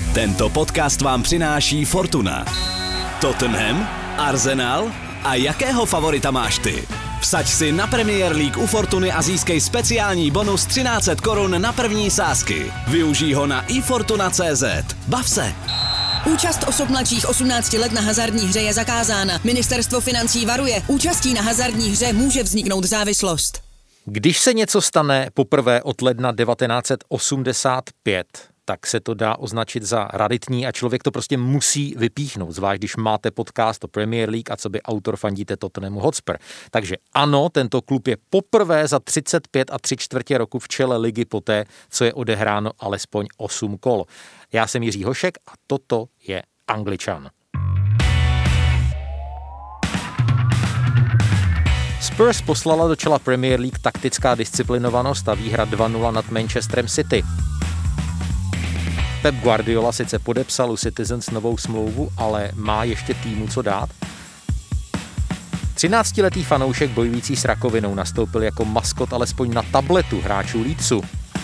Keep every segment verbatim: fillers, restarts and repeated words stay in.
Tento podcast vám přináší Fortuna. Tottenham, Arsenal a jakého favorita máš ty? Vsaď si na Premier League u Fortuny a získej speciální bonus třináct set korun na první sázky. Využij ho na i fortuna tečka cé zet. Bav se! Účast osob mladších osmnácti let na hazardní hře je zakázána. Ministerstvo financí varuje, účastí na hazardní hře může vzniknout závislost. Když se něco stane poprvé od ledna devatenáct set osmdesát pět, tak se to dá označit za raritní a člověk to prostě musí vypíchnout, zvlášť když máte podcast o Premier League a co by autor fandíte Tottenhamu Hotspur. Takže ano, tento klub je poprvé za třicet pět a tři čtvrtě roku v čele ligy poté, co je odehráno alespoň osm kol. Já jsem Jiří Hošek a toto je Angličan. Spurs poslala do čela Premier League taktická disciplinovanost a výhra dva nula nad Manchesterem City. Pep Guardiola sice podepsal u Citizens novou smlouvu, ale má ještě týmu co dát? třináctiletý fanoušek bojující s rakovinou nastoupil jako maskot alespoň na tabletu hráčů Leedsu.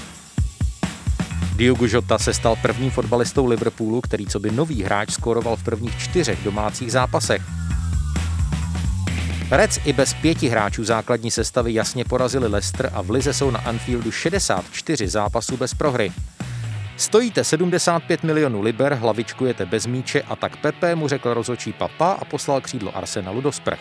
Diogo Jota se stal prvním fotbalistou Liverpoolu, který co by nový hráč skóroval v prvních čtyřech domácích zápasech. Reds i bez pěti hráčů základní sestavy jasně porazili Leicester a v lize jsou na Anfieldu šedesát čtyři zápasů bez prohry. Stojíte sedmdesát pět milionů liber, hlavičkujete bez míče a tak Pepe mu řekl rozhodčí papa a poslal křídlo Arsenalu do sprch.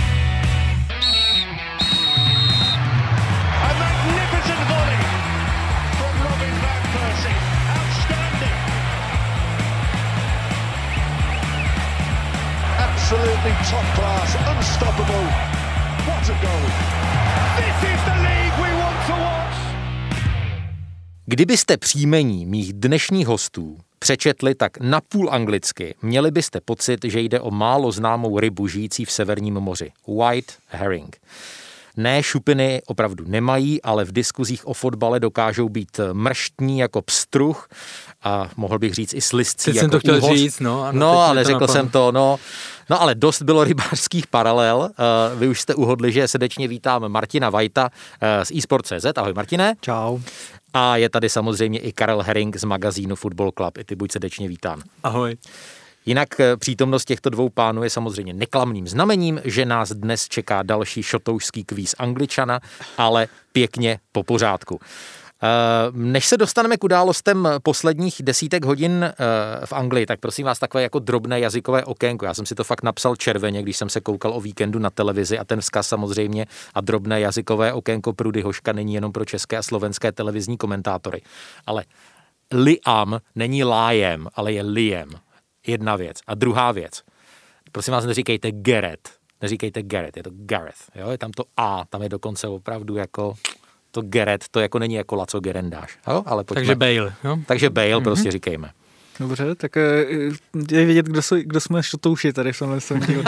Absolutely top class, unstoppable. What a goal. This is the league we want to watch. Kdybyste příjmení mých dnešních hostů přečetli tak napůl anglicky, měli byste pocit, že jde o málo známou rybu žijící v Severním moři. White herring. Ne, šupiny opravdu nemají, ale v diskuzích o fotbale dokážou být mrštní jako pstruh a mohl bych říct i slizcí teď jako jsem to chtěl úhoř. říct, no. Ano, no, ale řekl jsem to, no. No, ale dost bylo rybářských paralel. Uh, vy už jste uhodli, že srdečně vítám Martina Vajta uh, z eSport tečka cé zet. Ahoj, Martine. Čau. A je tady samozřejmě i Karel Herring z magazínu Football Club. I ty buď srdečně vítán. Ahoj. Jinak přítomnost těchto dvou pánů je samozřejmě neklamným znamením, že nás dnes čeká další šotoušský kvíz Angličana, ale pěkně po pořádku. Než se dostaneme k událostem posledních desítek hodin v Anglii, tak prosím vás takové jako drobné jazykové okénko. Já jsem si to fakt napsal červeně, když jsem se koukal o víkendu na televizi a ten vzkaz samozřejmě a drobné jazykové okénko Prudy Hoška není jenom pro české a slovenské televizní komentátory. Ale Liam není Liam, ale je Liam. Jedna věc. A druhá věc. Prosím vás, neříkejte Gareth. Neříkejte Gareth, je to Gareth. Jo? Je tam to A, tam je dokonce opravdu jako to Gareth, to jako není jako Laco Gerendáš. Jo? Ale pojďme. Takže Bale. Jo? Takže Bale, mm-hmm. prostě říkejme. Dobře, tak je vidět, kdo, jsou, kdo jsme šotouši tady v tomhle díle.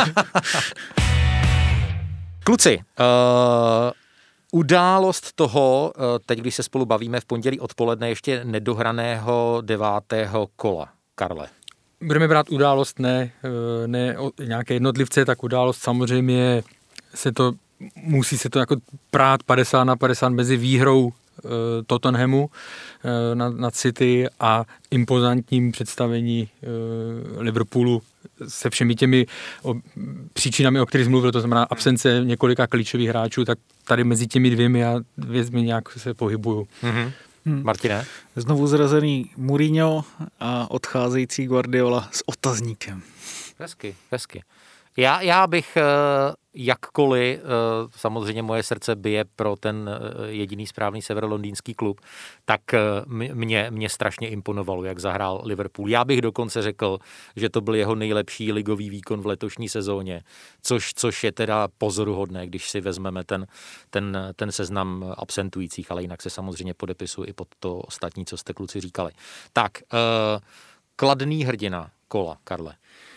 Kluci, uh, událost toho, uh, teď když se spolu bavíme v pondělí odpoledne, ještě nedohraného devátého kola. Karle. Budeme brát událost, ne, ne nějaké jednotlivce, tak událost samozřejmě se to, musí se to jako prát padesát na padesát mezi výhrou e, Tottenhamu e, nad, nad City a impozantním představení e, Liverpoolu se všemi těmi o, příčinami, o kterých mluvil, to znamená absence několika klíčových hráčů, tak tady mezi těmi dvěmi a věcmi nějak se pohybuju. Mm-hmm. Hmm. Martine? Znovu zrazený Mourinho a odcházející Guardiola s otazníkem. Hezky, hezky. Já, já bych jakkoliv, samozřejmě moje srdce bije pro ten jediný správný severolondýnský klub, tak mě, mě strašně imponovalo, jak zahrál Liverpool. Já bych dokonce řekl, že to byl jeho nejlepší ligový výkon v letošní sezóně, což, což je teda pozoruhodné, když si vezmeme ten, ten, ten seznam absentujících, ale jinak se samozřejmě podepisuji i pod to ostatní, co jste kluci říkali. Tak, kladný hrdina kola, Karle.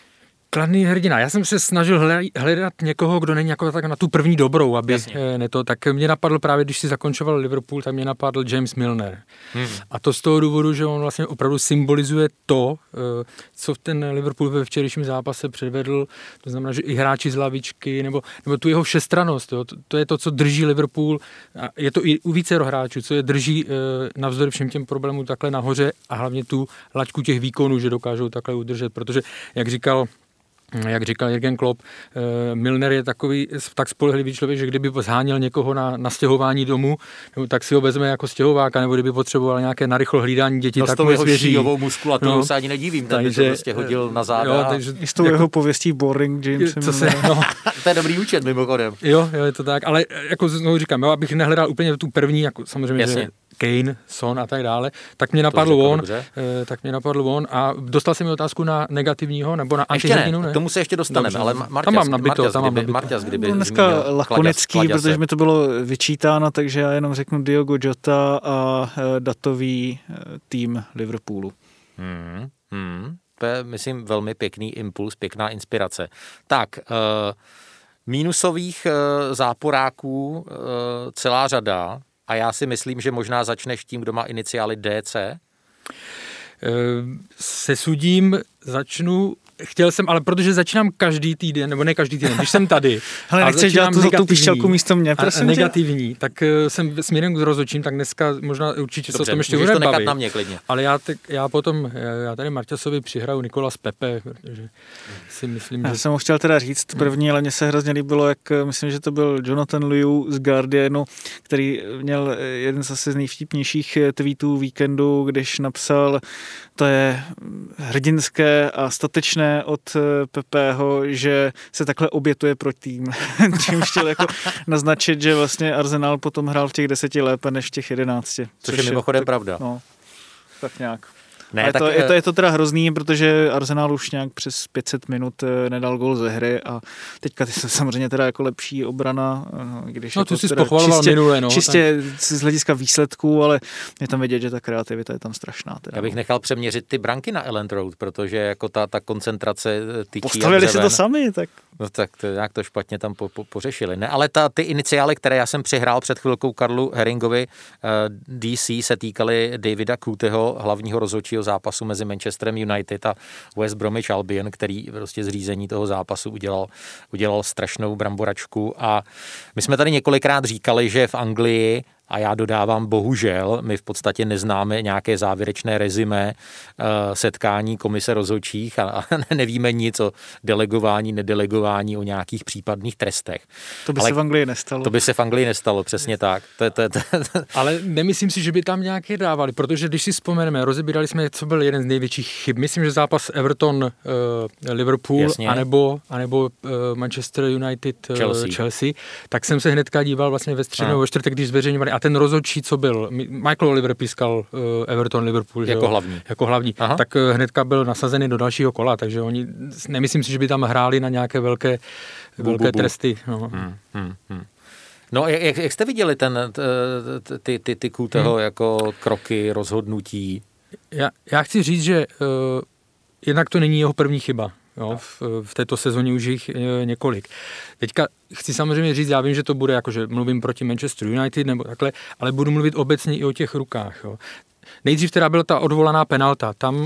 Kladný hrdina. Já jsem se snažil hledat někoho, kdo není jako tak na tu první dobrou, aby ne to. Tak mě napadl právě, když si zakončoval Liverpool, tak mě napadl James Milner. Hmm. A to z toho důvodu, že on vlastně opravdu symbolizuje to, co ten Liverpool ve včerejším zápase předvedl. To znamená, že i hráči z lavičky, nebo, nebo tu jeho všestrannost. Jo. To, to je to, co drží Liverpool. A je to i u více hráčů, co je drží navzdory všem těm problémům takhle nahoře a hlavně tu laťku těch výkonů, že dokážou takhle udržet. Protože, jak říkal Jak říkal Jürgen Klopp, Milner je takový tak spolehlivý člověk, že kdyby zháněl někoho na, na stěhování domů, tak si ho vezme jako stěhováka, nebo kdyby potřeboval nějaké narychlo hlídání dětí, no, tak mu je svěří. Šíjovou muskulaturu no, se ani nedivím, ten by to prostě hodil na záda. Jo, takže s tou jako, jeho pověstí Boring James. Co se, no. To je dobrý účet mimochodem. Jo, jo, je to tak, ale jako znovu říkám, jo, abych nehledal úplně tu první, jako samozřejmě, Jasně. že Kane, Son a tak dále, tak mě napadl on, eh, tak mě napadl on a dostal jsem mi otázku na negativního nebo na antihrdinu, ne? ne? K tomu se ještě dostaneme, ale Marťas, tam mám nabito, Marťas, tam mám kdyby, nabito. Marťas, kdyby byl dneska lakonický, Kladěs, protože mi to bylo vyčítáno, takže já jenom řeknu Diogo Jota a e, datový e, tým Liverpoolu. Hmm, hmm, to je, myslím, velmi pěkný impuls, pěkná inspirace. Tak, uh, mínusových uh, záporáků uh, celá řada. A já si myslím, že možná začneš tím, kdo má iniciály D C. Se sudím začnu, chtěl jsem, ale protože začínám každý týden, nebo ne každý týden, když jsem tady. Ale nechceš dělat tu zlatou píšťalku místo mě, prosím tě? Negativní, tak jsem směrem k rozhodčím, tak dneska možná určitě se o tom ještě budeme bavit. To na mě klidně. Ale já, te, já potom, já tady Marťasovi přihraju Nikolas Pepe, protože si myslím, já že... jsem ho chtěl teda říct první, ale mně se hrozně líbilo, jak myslím, že to byl Jonathan Liu z Guardianu, který měl jeden z asi z nejvtipnějších tweetů víkendu, když napsal, to je hrdinské a statečné od Pepeho, že se takhle obětuje pro tým. Čím chtěl jako naznačit, že vlastně Arsenal potom hrál v těch deseti lépe než v těch jedenácti. Což, což je mimochodem tak, pravda. No, tak nějak. Ne, je, tak, to, je, to, je to teda hrozný, protože Arsenal už nějak přes pět set minut nedal gól ze hry a teďka ty jsou samozřejmě teda jako lepší obrana. Když no jako tu jsi pochvaloval minule. No, čistě tak... z hlediska výsledků, ale je tam vidět, že ta kreativita je tam strašná. Teda. Já bych nechal přeměřit ty branky na Elland Road, protože jako ta, ta koncentrace tyčí. Postavili si to sami, tak... No tak to, nějak to špatně tam po, po, pořešili. Ne, ale ta, ty iniciály, které já jsem přihrál před chvilkou Karlu Herringovi, uh, D C se týkaly Davida Cooteho, hlavního rozhodčího zápasu mezi Manchesterem United a West Bromwich Albion, který prostě zřízení toho zápasu udělal, udělal strašnou bramboračku. A my jsme tady několikrát říkali, že v Anglii, a já dodávám bohužel, my v podstatě neznáme nějaké závěrečné rezime uh, setkání komise rozhodčích a, a nevíme nic o delegování, nedelegování, o nějakých případných trestech. To by Ale se v Anglii nestalo. To by se v Anglii nestalo, přesně tak. To, to, to, to. Ale nemyslím si, že by tam nějaké dávali, protože když si vzpomeneme, rozebírali jsme, co byl jeden z největších chyb. Myslím, že zápas Everton, uh, Liverpool, Jasně. anebo, anebo uh, Manchester United, uh, Chelsea. Chelsea, tak jsem se hnedka díval vlastně ve středu nebo ve čtvrtek, když zveřejňovali. A ten rozhodčí, co byl, Michael Oliver pískal uh, Everton Liverpool. Jako hlavní. Jako hlavní. Aha. Tak uh, hnedka byl nasazený do dalšího kola, takže oni, nemyslím si, že by tam hráli na nějaké velké, bu, velké bu, bu. tresty. No. Hmm, hmm, hmm. No, jak, jak jste viděli ten, ty, ty, ty Cooteho hmm. jako kroky, rozhodnutí? Já, já chci říct, že uh, jednak to není jeho první chyba. Jo, v, v této sezóně už jich e, několik. Teďka chci samozřejmě říct, já vím, že to bude jako, že mluvím proti Manchester United nebo takhle, ale budu mluvit obecně i o těch rukách. Jo. Nejdřív teda byla ta odvolaná penalta. Tam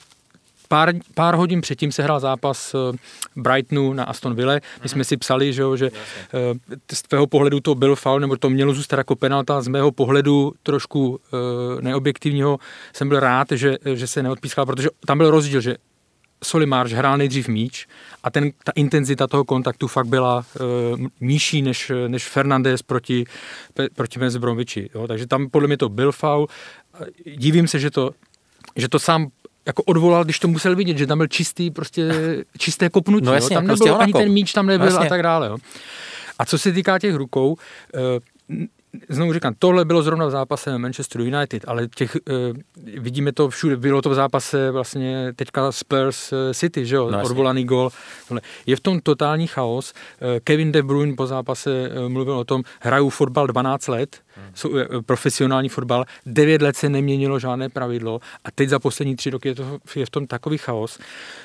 pár, pár hodin předtím se hrál zápas Brightonu na Aston Ville. My jsme si psali, že, že z tvého pohledu to byl faul, nebo to mělo zůstat jako penalta. Z mého pohledu trošku e, neobjektivního jsem byl rád, že, že se neodpískal, protože tam byl rozdíl, že Solly March hrál nejdřív míč a ten, ta intenzita toho kontaktu fakt byla e, nižší než, než Fernandes proti, proti West Bromwichi. Jo? Takže tam podle mě to byl faul. Divím se, že to, že to sám jako odvolal, když to musel vidět, že tam byl čistý, prostě čisté kopnutí. No jasně, jo? Tam prostě nebyl ani ten míč, tam nebyl no a tak dále. Jo? A co se týká těch rukou, e, znovu říkám, tohle bylo zrovna v zápase Manchester United, ale těch, e, vidíme to všude, bylo to v zápase vlastně teďka Spurs City, že jo, no, odvolaný gól. Je v tom totální chaos. E, Kevin De Bruyne po zápase e, mluvil o tom, hrajou fotbal dvanáct let, hmm. jsou, e, profesionální fotbal, devět let se neměnilo žádné pravidlo a teď za poslední tři roky je, to, je v tom takový chaos.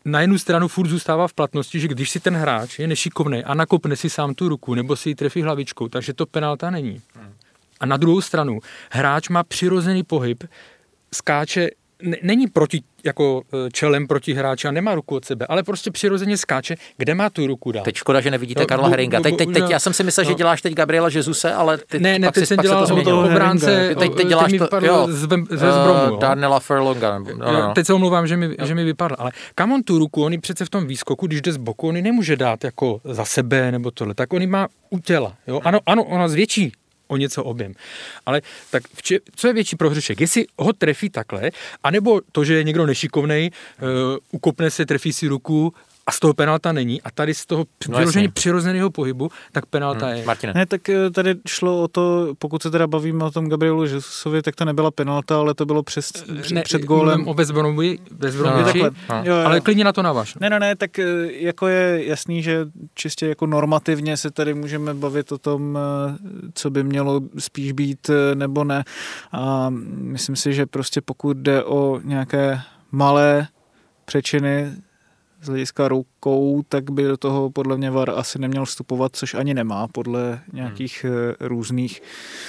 na jednu stranu furt zůstává v platnosti, že když si ten hráč je nešikovnej a nakopne si sám tu ruku nebo si ji trefí hlavičkou, takže to penalta není. A na druhou stranu, hráč má přirozený pohyb, skáče, ne, není proti, jako čelem proti hráči a nemá ruku od sebe, ale prostě přirozeně skáče, kde má tu ruku dát. Teď škoda, že nevidíte no, Karla Heringa. Teď, teď, teď, já jsem si myslel, no. že děláš teď Gabriela Jesuse, ale ty, ne, ne, pak teď si, jsem pak dělal se to toho obránce, teď, teď děláš to, jo, z, ze Zbromu. Uh, Darnella Furlonga. No, no, no. Teď se omlouvám, že mi, že mi vypadl, ale kam on tu ruku, on ji přece v tom výskoku, když jde z boku, on ji nemůže dát jako za sebe nebo tohle, tak on ji má u těla. Jo? Ano, ano, ona zvětší o něco objem. Ale tak vče, co je větší prohřešek? Jestli ho trefí takhle, anebo to, že je někdo nešikovnej, uh, ukopne se, trefí si ruku a z toho penalta není a tady z toho vyložení no přirozeného pohybu, tak penalta hmm. je. Martine. Ne, tak tady šlo o to, pokud se teda bavíme o tom Gabrielu Jesusovi, tak to nebyla penalta, ale to bylo přes, ne, před gólem. O bezbromovi, bezbromovi, no, no. Jo, jo. Ale klidně na to naváž. Ne, ne, ne, tak jako je jasný, že čistě jako normativně se tady můžeme bavit o tom, co by mělo spíš být nebo ne. A myslím si, že prostě pokud jde o nějaké malé přečiny z hlediska rukou, tak by do toho podle mě V A R asi neměl vstupovat, což ani nemá podle nějakých hmm. různých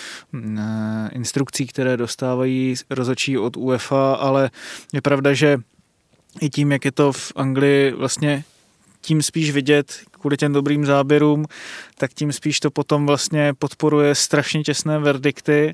instrukcí, které dostávají rozhodčí od UEFA, ale je pravda, že i tím, jak je to v Anglii vlastně tím spíš vidět kvůli těm dobrým záběrům, tak tím spíš to potom vlastně podporuje strašně těsné verdikty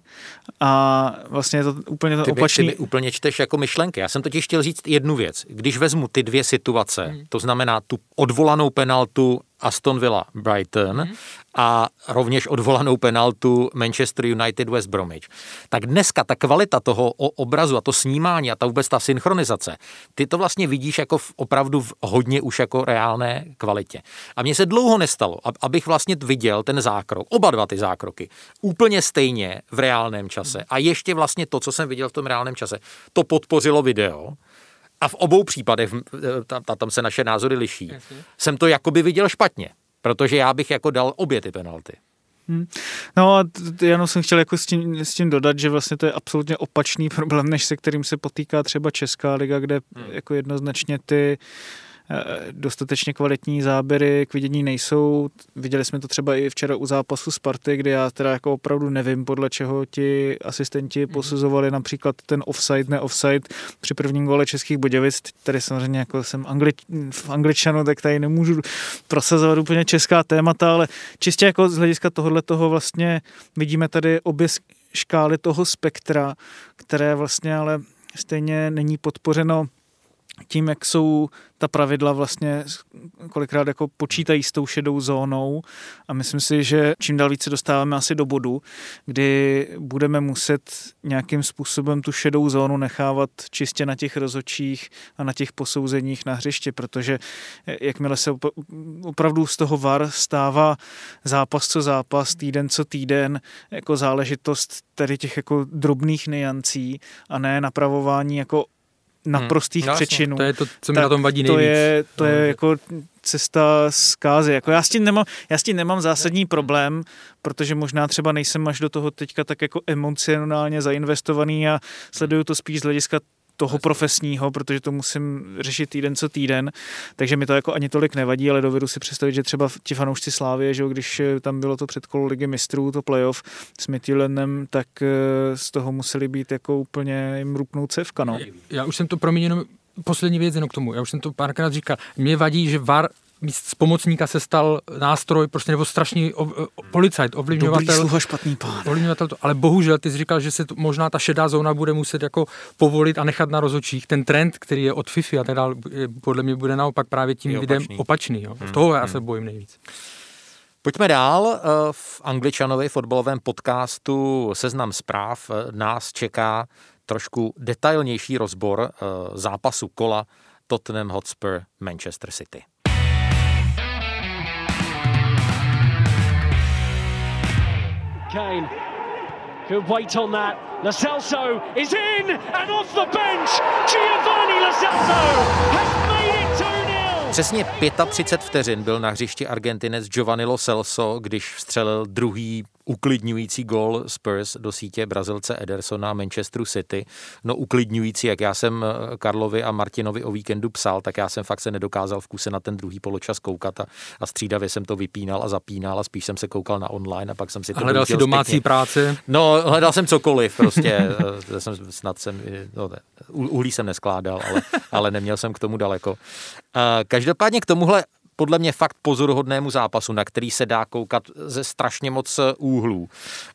a vlastně je to úplně to ty by, opačný. Ty by úplně čteš jako myšlenky. Já jsem totiž chtěl říct jednu věc. Když vezmu ty dvě situace, hmm. to znamená tu odvolanou penaltu Aston Villa Brighton hmm. a rovněž odvolanou penaltu Manchester United West Bromwich, tak dneska ta kvalita toho obrazu a to snímání a ta vůbec ta synchronizace, ty to vlastně vidíš jako v, opravdu v hodně už jako reálné kvalitě. A mně se dlouho nestalo, abych vlastně viděl ten zákrok, oba dva ty zákroky, úplně stejně v reálném čase. A ještě vlastně to, co jsem viděl v tom reálném čase, to podpořilo video. A v obou případech, tam, tam se naše názory liší, Jasně. jsem to jakoby viděl špatně, protože já bych jako dal obě ty penalty. Hmm. No a já jsem chtěl jako s tím, s tím dodat, že vlastně to je absolutně opačný problém, než se kterým se potýká třeba Česká liga, kde hmm. jako jednoznačně ty dostatečně kvalitní záběry k vidění nejsou. Viděli jsme to třeba i včera u zápasu Sparty, kde já teda jako opravdu nevím, podle čeho ti asistenti posuzovali například ten offside, ne offside při prvním gole Českých Budějovic. Tady samozřejmě jako jsem Angli, v Angličanu, tak tady nemůžu prosazovat úplně česká témata, ale čistě jako z hlediska tohohle toho vlastně vidíme tady obě škály toho spektra, které vlastně ale stejně není podpořeno tím, jak jsou ta pravidla vlastně kolikrát jako počítají s tou šedou zónou a myslím si, že čím dál více dostáváme asi do bodu, kdy budeme muset nějakým způsobem tu šedou zónu nechávat čistě na těch rozhodčích a na těch posouzeních na hřišti, protože jakmile se opravdu z toho V A R stává zápas co zápas, týden co týden, jako záležitost tady těch jako drobných niancí a ne napravování jako naprostých hmm. přečinů. To je to, co mi na tom vadí nejvíc. To je, to je jako cesta zkázy. Jako já, s tím nemám, já s tím nemám zásadní problém, protože možná třeba nejsem až do toho teďka tak jako emocionálně zainvestovaný a sleduju to spíš z hlediska toho profesního, protože to musím řešit týden co týden, takže mi to jako ani tolik nevadí, ale dovedu si představit, že třeba ti fanoušci Slávie, že když tam bylo to předkolo Ligy mistrů, to playoff s Midtjyllandem, tak z toho museli být jako úplně jim rupnout cévka, no. Já už jsem to, promiň, jenom poslední věc jenom k tomu, já už jsem to párkrát říkal, mě vadí, že V A R z pomocníka se stal nástroj, prostě nebo strašný o, o, policajt, ovlivňovatel. Dobrý sluha, špatný pán. Ovlivňovatel to, ale bohužel ty jsi říkal, že se to, možná ta šedá zóna bude muset jako povolit a nechat na rozhodčích. Ten trend, který je od FIFA a tak dále, podle mě bude naopak právě tím videem opačný. opačný jo. Hmm. Toho já hmm. se bojím nejvíc. Pojďme dál. V Angličanovi fotbalovém podcastu Seznam zpráv nás čeká trošku detailnější rozbor zápasu kola Tottenham Hotspur Manchester City. Kane could wait on that. Lo Celso is in and off the bench. Giovanni Lo Celso has made it two nil. Přesně třicet pět vteřin byl na hřišti Argentinec Giovanni Lo Celso, když vstřelil druhý uklidňující gól Spurs do sítě Brazilce Edersona Manchesteru City. No uklidňující, jak já jsem Karlovi a Martinovi o víkendu psal, tak já jsem fakt se nedokázal v kuse na ten druhý poločas koukat a, a střídavě jsem to vypínal a zapínal a spíš jsem se koukal na online a pak jsem si to hledal si domácí zpětně. Práce? No, hledal jsem cokoliv prostě. jsem, snad jsem, no, uhlí jsem neskládal, ale, ale neměl jsem k tomu daleko. Každopádně k tomuhle podle mě fakt pozoruhodnému zápasu, na který se dá koukat ze strašně moc úhlů,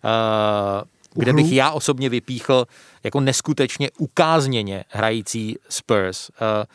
kde bych já osobně vypíchl jako neskutečně ukázněně hrající Spurs.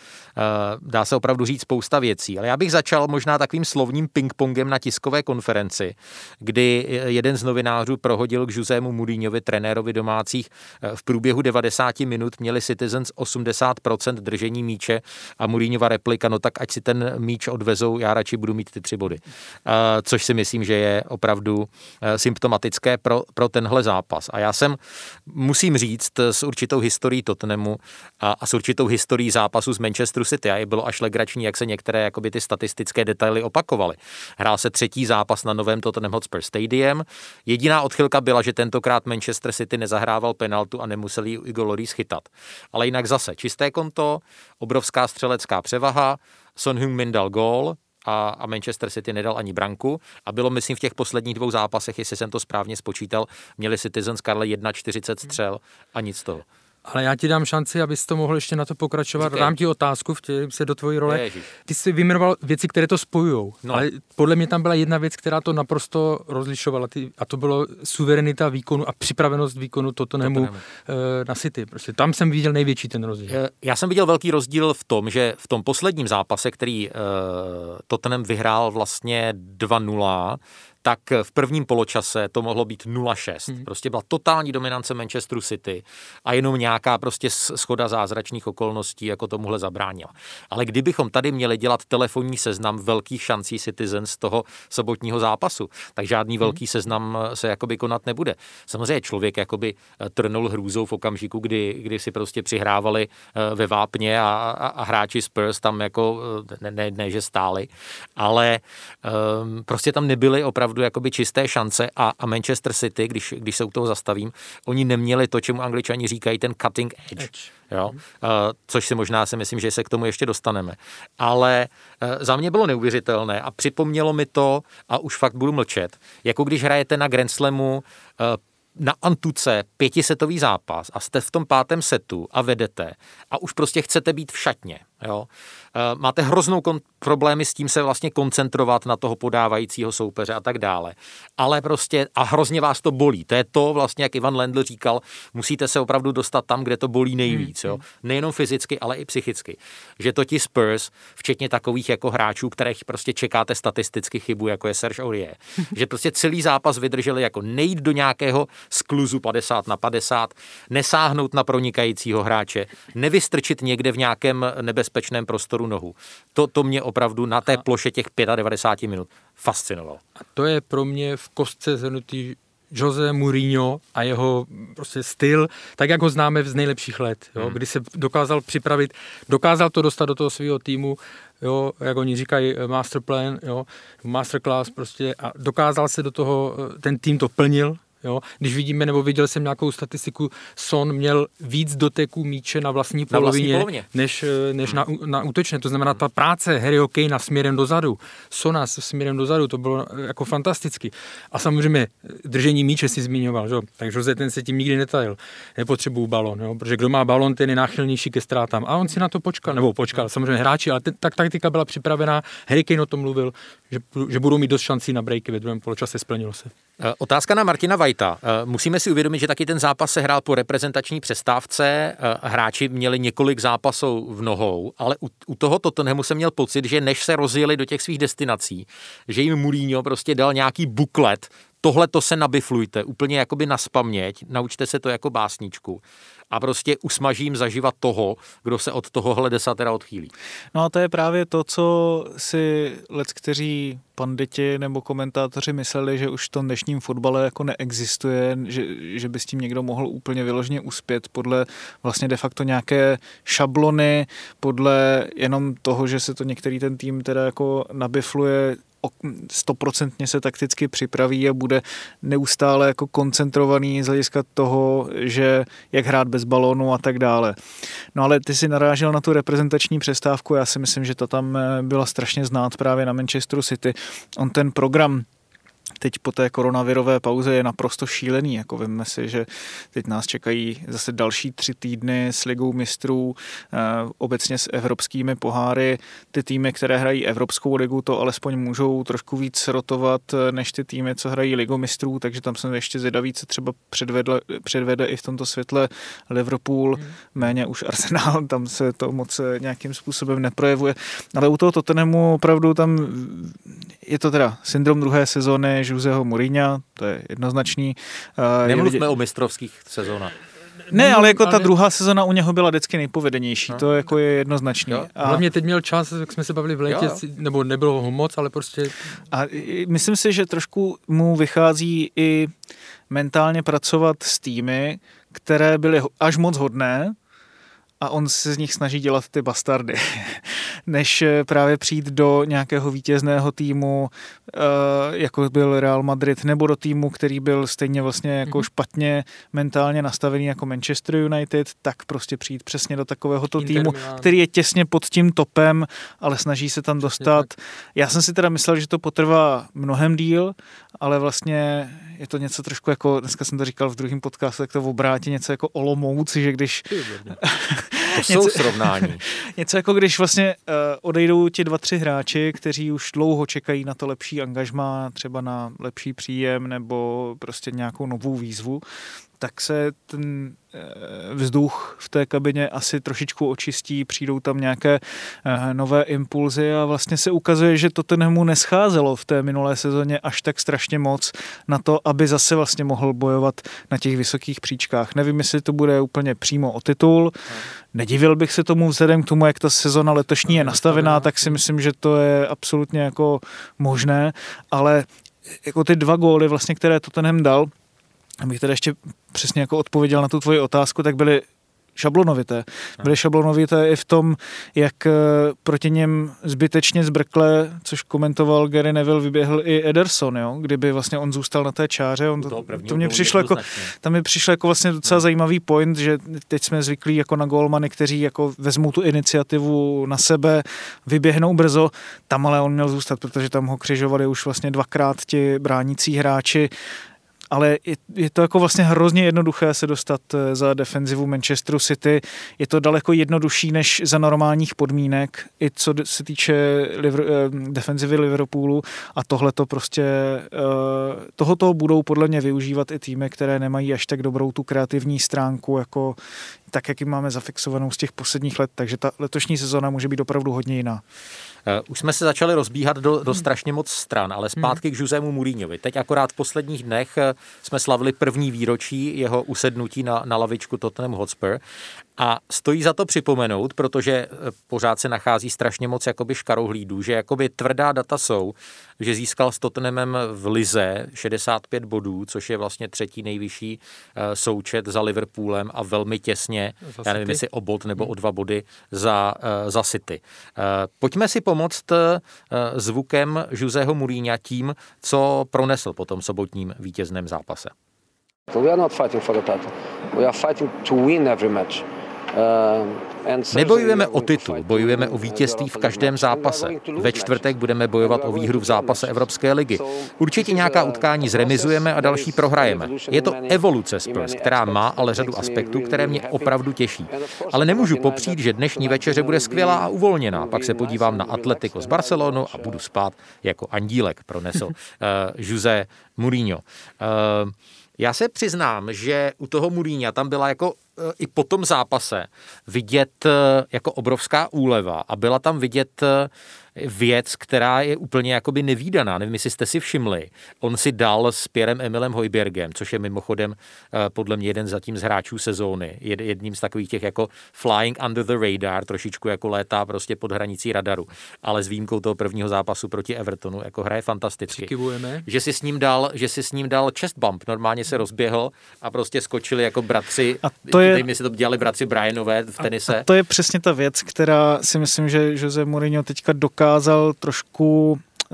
Dá se opravdu říct spousta věcí, ale já bych začal možná takovým slovním ping-pongem na tiskové konferenci, kdy jeden z novinářů prohodil k Josému Mourinhovi, trenérovi domácích, v průběhu devadesát minut měli Citizens osmdesát procent držení míče a Mourinhova replika, no tak ať si ten míč odvezou, já radši budu mít ty tři body. Což si myslím, že je opravdu symptomatické pro, pro tenhle zápas. A já jsem, musím říct, s určitou historií Tottenhamu a, a s určitou historií zápasu z Manchesteru City. A je bylo až legrační, jak se některé jakoby ty statistické detaily opakovaly. Hrál se třetí zápas na novém Tottenham Hotspur Stadium. Jediná odchylka byla, že tentokrát Manchester City nezahrával penaltu a nemuseli ji Hugo Lloris chytat. Ale jinak zase čisté konto, obrovská střelecká převaha, Son Heung-min dal gól, A, a Manchester City nedal ani branku a bylo, myslím, v těch posledních dvou zápasech, jestli jsem to správně spočítal, měli Citizens, Karle, čtyřicet jedna střel a nic z toho. Ale já ti dám šanci, abys to mohl ještě na to pokračovat. Říkej. Dám ti otázku, vtělím se do tvojí role. Ježiš. Ty jsi vyjmenoval věci, které to spojujou, no. Ale podle mě tam byla jedna věc, která to naprosto rozlišovala, a to bylo suverenita výkonu a připravenost výkonu Tottenhamu, Tottenhamu. na City. Prostě tam jsem viděl největší ten rozdíl. Já jsem viděl velký rozdíl v tom, že v tom posledním zápase, který uh, Tottenham vyhrál vlastně dva nula, tak v prvním poločase to mohlo být nula šest. Hmm. Prostě byla totální dominance Manchesteru City a jenom nějaká prostě schoda zázračných okolností jako tomuhle zabránila. Ale kdybychom tady měli dělat telefonní seznam velkých šancí Citizens z toho sobotního zápasu, tak žádný hmm. velký seznam se jakoby konat nebude. Samozřejmě člověk jakoby trnul hrůzou v okamžiku, kdy, kdy si prostě přihrávali ve vápně a, a, a hráči Spurs tam jako ne, ne, ne že stáli, ale um, prostě tam nebyly opravdu jakoby čisté šance a, a Manchester City, když, když se u toho zastavím, oni neměli to, čemu Angličani říkají ten cutting edge. edge. Jo? Uh, což si možná si myslím, že se k tomu ještě dostaneme. Ale uh, za mě bylo neuvěřitelné a připomnělo mi to, a už fakt budu mlčet, jako když hrajete na Grand Slamu uh, na antuce pětisetový zápas a jste v tom pátém setu a vedete a už prostě chcete být v šatně. Jo? E, máte hroznou kon- problémy s tím se vlastně koncentrovat na toho podávajícího soupeře a tak dále. Ale prostě a hrozně vás to bolí. To je to vlastně, jak Ivan Lendl říkal, musíte se opravdu dostat tam, kde to bolí nejvíc. Jo? Nejenom fyzicky, ale i psychicky. Že to ti Spurs, včetně takových jako hráčů, kterých prostě čekáte statisticky chybu, jako je Serge Aurier, že prostě celý zápas vydrželi jako nejít do nějakého skluzu padesát na padesát, nesáhnout na pronikajícího hráče, nevystrčit někde v nějakém nebezpečném prostoru nohu. To, to mě opravdu na té ploše těch devadesát pět minut fascinovalo. A to je pro mě v kostce zhrnutý Jose Mourinho a jeho prostě styl, tak jak ho známe z nejlepších let, jo, hmm. kdy se dokázal připravit, dokázal to dostat do toho svého týmu, jo, jak oni říkají, masterplan, jo, masterclass prostě a dokázal se do toho, ten tým to plnil. Jo, když vidíme, nebo viděl jsem nějakou statistiku, Son měl víc doteků míče na vlastní polovině, na vlastní než, než hmm. na, na útočné. To znamená, ta práce Harryho Kanea směrem dozadu, Sona směrem dozadu, to bylo jako fantasticky. A samozřejmě držení míče si zmiňoval, že? Takže Jose ten se tím nikdy netajil. Nepotřebuju balon, jo? Protože kdo má balon, ten je náchylnější ke ztrátám. A on si na to počkal, nebo počkal, samozřejmě hráči, ale ten, tak taktika byla připravená. Harry Kane o tom mluvil, že, že budou mít dost šancí na breaky ve druhém poločase, splnilo se. Otázka na Martina Whitea. Musíme si uvědomit, že taky ten zápas se hrál po reprezentační přestávce. Hráči měli několik zápasů v nohou, ale u, u toho Tottenhamu jsem měl pocit, že než se rozjeli do těch svých destinací, že jim Mourinho prostě dal nějaký buklet, tohle to se nabiflujte, úplně jakoby naspaměť, naučte se to jako básničku a prostě usmažím zaživa toho, kdo se od tohohle desatera odchýlí. No a to je právě to, co si leckteří panditi nebo komentátoři mysleli, že už v tom dnešním fotbale jako neexistuje, že, že by s tím někdo mohl úplně vyloženě uspět podle vlastně de facto nějaké šablony, podle jenom toho, že se to některý ten tým teda jako nabifluje stoprocentně se takticky připraví a bude neustále jako koncentrovaný z hlediska toho, že jak hrát bez balónu a tak dále. No ale ty si narážel na tu reprezentační přestávku, já si myslím, že to tam byla strašně znát právě na Manchesteru City. On ten program teď po té koronavirové pauze je naprosto šílený. Jako víme si, že teď nás čekají zase další tři týdny s Ligou mistrů, eh, obecně s evropskými poháry. Ty týmy, které hrají Evropskou ligu, to alespoň můžou trošku víc rotovat než ty týmy, co hrají Ligu mistrů, takže tam jsem ještě zvědavý, co třeba předvedl, předvede i v tomto světle Liverpool, hmm. méně už Arsenal, tam se to moc nějakým způsobem neprojevuje. Ale u toho Tottenhamu opravdu tam je to teda syndrom druhé sezóny Joseho Mourinha, to je jednoznačný. Nemluvme o mistrovských sezónách. Ne, ale jako ale... ta druhá sezona u něho byla vždycky nejpovedenější, no. To jako je jednoznačný. Jo. A hlavně teď měl čas, jak jsme se bavili v létě, jo. nebo nebylo ho moc, ale prostě... A myslím si, že trošku mu vychází i mentálně pracovat s týmy, které byly až moc hodné, a on se z nich snaží dělat ty bastardy, než právě přijít do nějakého vítězného týmu, jako byl Real Madrid, nebo do týmu, který byl stejně vlastně jako špatně mentálně nastavený jako Manchester United, tak prostě přijít přesně do takovéhoto týmu, který je těsně pod tím topem, ale snaží se tam dostat. Já jsem si teda myslel, že to potrvá mnohem díl, ale vlastně je to něco trošku jako, dneska jsem to říkal v druhém podcastu, tak to v obrátě něco jako Olomouc, že když... To jsou srovnání. Něco jako když vlastně uh, odejdou ti dva, tři hráči, kteří už dlouho čekají na to lepší angažmá, třeba na lepší příjem nebo prostě nějakou novou výzvu, tak se ten vzduch v té kabině asi trošičku očistí, přijdou tam nějaké nové impulzy a vlastně se ukazuje, že Tottenhamu nescházelo v té minulé sezóně až tak strašně moc na to, aby zase vlastně mohl bojovat na těch vysokých příčkách. Nevím, jestli to bude úplně přímo o titul. Nedivil bych se tomu vzhledem k tomu, jak ta sezona letošní je nastavená, tak si myslím, že to je absolutně jako možné, ale jako ty dva góly vlastně, které Tottenham dal, abych teda ještě přesně jako odpověděl na tu tvoji otázku, tak byly šablonovité. Byly šablonovité i v tom, jak proti něm zbytečně zbrkle, což komentoval Gary Neville, vyběhl i Ederson, jo? Kdyby vlastně on zůstal na té čáře. On to, to mě přišlo jako, tam mi přišlo jako vlastně docela zajímavý point, že teď jsme zvyklí jako na gólmany, kteří jako vezmou tu iniciativu na sebe, vyběhnou brzo, tam ale on měl zůstat, protože tam ho křižovali už vlastně dvakrát ti bránící hráči. Ale je, je to jako vlastně hrozně jednoduché se dostat za defenzivu Manchesteru City. Je to daleko jednodušší než za normálních podmínek, i co se týče Liver, defenzivy Liverpoolu. A tohle to prostě, tohoto budou podle mě využívat i týmy, které nemají až tak dobrou tu kreativní stránku, jako tak, jak ji máme zafixovanou z těch posledních let. Takže ta letošní sezona může být opravdu hodně jiná. Už jsme se začali rozbíhat do, do strašně moc stran, ale zpátky k Josemu Mourinhovi. Teď akorát v posledních dnech jsme slavili první výročí jeho usednutí na, na lavičku Tottenham Hotspur a stojí za to připomenout, protože pořád se nachází strašně moc jakoby škarohlídů, že jakoby tvrdá data jsou, že získal s Tottenhamem v lize šedesát pět bodů, což je vlastně třetí nejvyšší součet za Liverpoolem a velmi těsně, za já nevím, jestli o bod nebo o dva body za, za City. Pojďme si pomoct zvukem Joseho Mourinha tím, co pronesl po tom sobotním vítězném zápase. We are not fighting for the title. We are fighting to win every match. Nebojujeme o titul, bojujeme o vítězství v každém zápase. Ve čtvrtek budeme bojovat o výhru v zápase Evropské ligy. Určitě nějaká utkání zremizujeme a další prohrajeme. Je to evoluce Spurs, která má ale řadu aspektů, které mě opravdu těší. Ale nemůžu popřít, že dnešní večeře bude skvělá a uvolněná. Pak se podívám na Atletico z Barcelonu a budu spát jako andílek, pronesl uh, Jose Mourinho. Uh, Já se přiznám, že u toho Mourinha tam byla jako i po tom zápase vidět jako obrovská úleva a byla tam vidět věc, která je úplně jakoby nevídaná. Nevím, jestli jste si všimli. On si dal s Pierrem Emilem Hojbjergem, což je mimochodem podle mě jeden zatím z hráčů sezóny. Jedním z takových těch jako flying under the radar, trošičku jako létá prostě pod hranicí radaru. Ale s výjimkou toho prvního zápasu proti Evertonu jako hraje fantasticky. Přikivujeme. Že si s ním dal, že si s ním dal chest bump. Normálně se rozběhl a prostě skočili jako bratři. A to je... Teď mi si to dělali bratři Bryanové v tenise. A, a to je přesně ta věc, která si myslím, že Jose Mourinho teďka dokázal trošku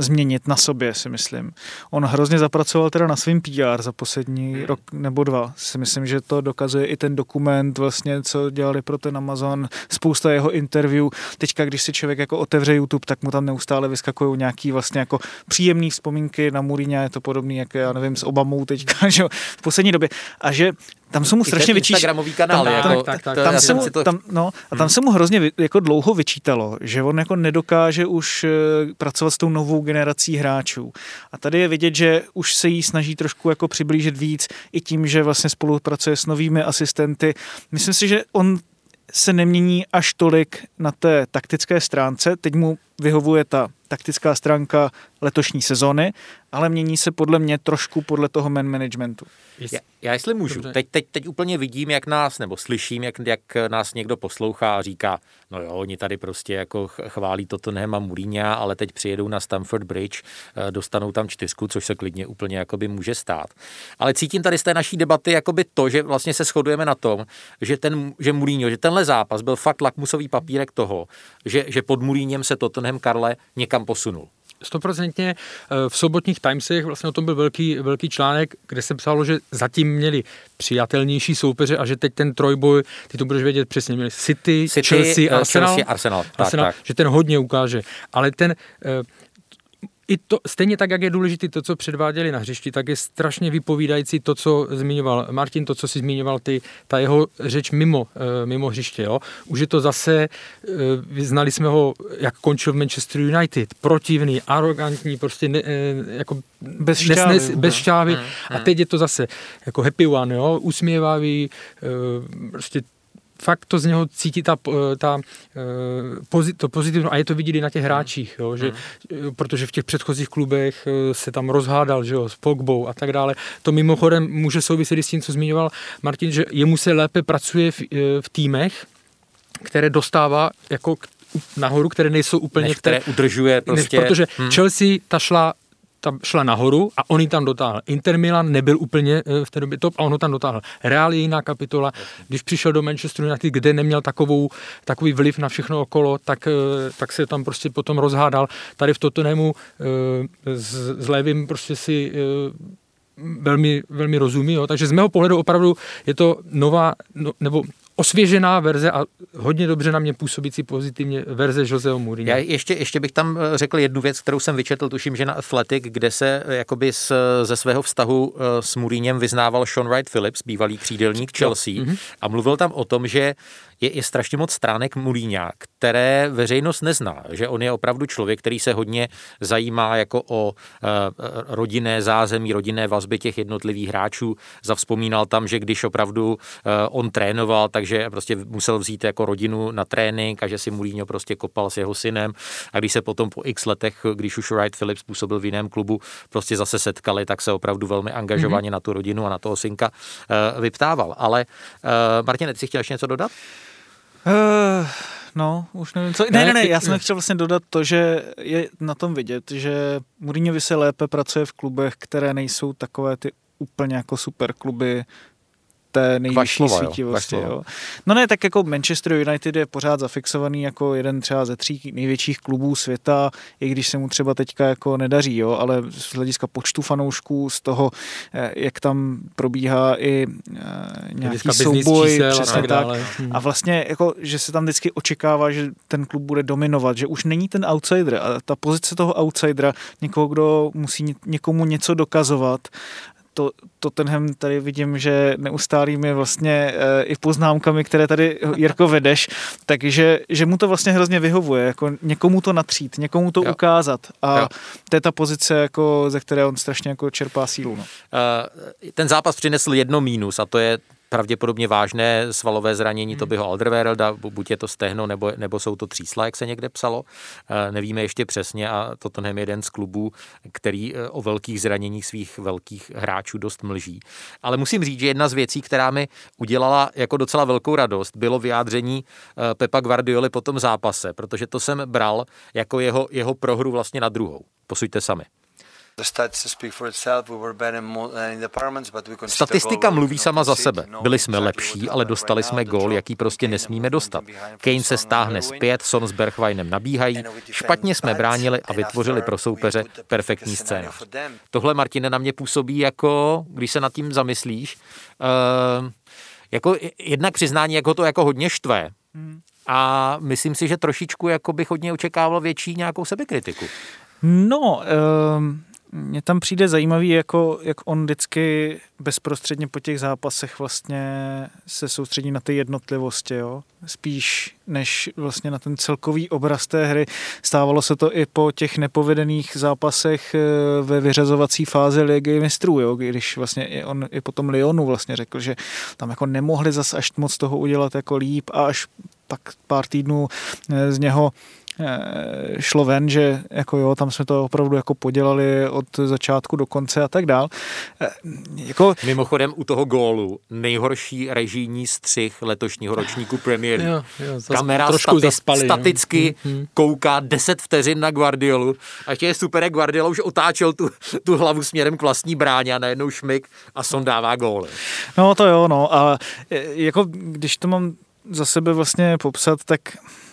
změnit na sobě, si myslím. On hrozně zapracoval teda na svým P R za poslední rok nebo dva. Si myslím, že to dokazuje i ten dokument, vlastně, co dělali pro ten Amazon, spousta jeho interview. Teďka, když si člověk jako otevře YouTube, tak mu tam neustále vyskakují nějaký vlastně jako příjemný vzpomínky na Mourinha, je to podobný, jak já nevím, s Obamou teďka, že v poslední době. A že tam se mu strašně vyčítalo. Instagramový kanál, tam, jako, tak, tak, to, tak, tam, se mu, to... tam, no, a tam hmm. se mu hrozně vy, jako dlouho vyčítalo, že on jako nedokáže už uh, pracovat s tou novou generací hráčů. A tady je vidět, že už se jí snaží trošku jako přiblížit víc i tím, že vlastně spolupracuje s novými asistenty. Myslím si, že on se nemění až tolik na té taktické stránce. Teď mu vyhovuje ta taktická stránka letošní sezony, ale mění se podle mě trošku podle toho man managementu. Já, já jestli můžu, teď, teď, teď úplně vidím, jak nás, nebo slyším, jak, jak nás někdo poslouchá a říká, no jo, oni tady prostě jako chválí Tottenham a Mourinha, ale teď přijedou na Stamford Bridge, dostanou tam čtyřku, což se klidně úplně jakoby může stát. Ale cítím tady z té naší debaty jakoby to, že vlastně se shodujeme na tom, že, ten, že Mourinho, že tenhle zápas byl fakt lakmusový papírek toho, že, že pod Mourinhem se Tottenham, Karle, někam posunul. Stoprocentně v sobotních Timesech vlastně o tom byl velký, velký článek, kde se psalo, že zatím měli přijatelnější soupeře a že teď ten trojboj, ty to budeš vědět přesně, měli City, City Chelsea, Arsenal, Chelsea, Arsenal, tak, Arsenal tak. že ten hodně ukáže. Ale ten i to, stejně tak, jak je důležité to, co předváděli na hřišti, tak je strašně vypovídající to, co zmiňoval Martin, to, co si zmiňoval ty, ta jeho řeč mimo, mimo hřiště. Jo? Už je to zase, znali jsme ho, jak končil v Manchester United, protivný, arrogantní, prostě ne, jako bez šťávy. Nesnes, bez šťávy. Hmm, hmm. A teď je to zase jako happy one, jo? Usměvavý, prostě fakt to z něho cítí ta, ta, to pozitivno a je to vidět i na těch hráčích, jo, že, hmm. protože v těch předchozích klubech se tam rozhádal, že jo, s Pogbou a tak dále. To mimochodem může souviset s tím, co zmiňoval Martin, že jemu se lépe pracuje v, v týmech, které dostává jako nahoru, které nejsou úplně... Než které té, udržuje prostě... Než, protože hmm. Chelsea ta šla ta šla nahoru a on ji tam dotáhl. Inter Milan nebyl úplně v té době top a on ho tam dotáhl. Real je jiná kapitola. Když přišel do Manchesteru United, kde neměl takovou, takový vliv na všechno okolo, tak, tak se tam prostě potom rozhádal. Tady v Tottenhamu s, s Lévym prostě si velmi, velmi rozumí. Jo. Takže z mého pohledu opravdu je to nová, no, nebo osvěžená verze a hodně dobře na mě působící pozitivně verze Joseho Mourinha. Já ještě, ještě bych tam řekl jednu věc, kterou jsem vyčetl, tuším, že na Athletic, kde se jakoby z, ze svého vztahu s Mourinhem vyznával Sean Wright Phillips, bývalý křídelník Chelsea, mm-hmm. a mluvil tam o tom, že je, je strašně moc stránek Mourinha, které veřejnost nezná, že on je opravdu člověk, který se hodně zajímá jako o e, rodinné zázemí, rodinné vazby těch jednotlivých hráčů. Zavzpomínal tam, že když opravdu e, on trénoval, takže prostě musel vzít jako rodinu na trénink a že si Mourinho prostě kopal s jeho synem a když se potom po x letech, když už Wright Phillips působil v jiném klubu, prostě zase setkali, tak se opravdu velmi angažovaně mm-hmm. na tu rodinu a na toho synka e, vyptával. Ale e, Martine, ty jsi chtěl ještě něco dodat? Uh, no, už nevím co. Ne, ne, ne, já jsem chtěl vlastně dodat to, že je na tom vidět, že Mourinhovi se lépe pracuje v klubech, které nejsou takové ty úplně jako super kluby té nejvyšší svítivosti. Jo. No ne, tak jako Manchester United je pořád zafixovaný jako jeden třeba ze tří největších klubů světa, i když se mu třeba teďka jako nedaří, jo, ale z hlediska počtu fanoušků, z toho, jak tam probíhá i nějaký souboj, přesně tak. A vlastně jako, že se tam vždycky očekává, že ten klub bude dominovat, že už není ten outsider a ta pozice toho outsidera, někoho, kdo musí někomu něco dokazovat, To, Tottenham tady vidím, že neustálými vlastně e, i poznámkami, které tady, Jirko, vedeš, takže že mu to vlastně hrozně vyhovuje, jako někomu to natřít, někomu to jo. ukázat a jo. to je ta pozice, jako, ze které on strašně jako čerpá sílu. No. Uh, ten zápas přinesl jedno mínus a to je pravděpodobně vážné svalové zranění hmm. Tobyho Alderweirelda, buď je to stehno, nebo, nebo jsou to třísla, jak se někde psalo. E, nevíme ještě přesně a Tottenham je jeden z klubů, který o velkých zraněních svých velkých hráčů dost mlží. Ale musím říct, že jedna z věcí, která mi udělala jako docela velkou radost, bylo vyjádření Pepa Guardioli po tom zápase, protože to jsem bral jako jeho, jeho prohru vlastně na druhou. Posuďte sami. Statistika mluví sama za sebe. Byli jsme lepší, ale dostali jsme gól, jaký prostě nesmíme dostat. Kane se stáhne zpět, Son s Bergwijnem nabíhají, špatně jsme bránili a vytvořili pro soupeře perfektní scénář. Tohle, Martine, na mě působí jako, když se nad tím zamyslíš, uh, jako jednak přiznání, jako to jako hodně štve. A myslím si, že trošičku jako bych hodně očekával větší nějakou sebekritiku. No, um... mně tam přijde zajímavý, jako, jak on vždycky bezprostředně po těch zápasech vlastně se soustředí na ty jednotlivosti, jo? Spíš než vlastně na ten celkový obraz té hry. Stávalo se to i po těch nepovedených zápasech ve vyřazovací fázi Ligy mistrů, jo? Když vlastně i on i po tom Lyonu vlastně řekl, že tam jako nemohli zas až moc toho udělat jako líp a až pak pár týdnů z něho šlo ven, že jako jo, tam jsme to opravdu jako podělali od začátku do konce a tak dál. Jako... Mimochodem u toho gólu nejhorší režijní střih letošního ročníku Premier League. Jo, jo, kamera stati- zaspali, staticky hmm. kouká deset vteřin na Guardiolu a ještě je super, jak Guardiola už otáčel tu, tu hlavu směrem k vlastní bráně a najednou šmyk a Son dává góly. No to jo, no a jako když to mám za sebe vlastně popsat, tak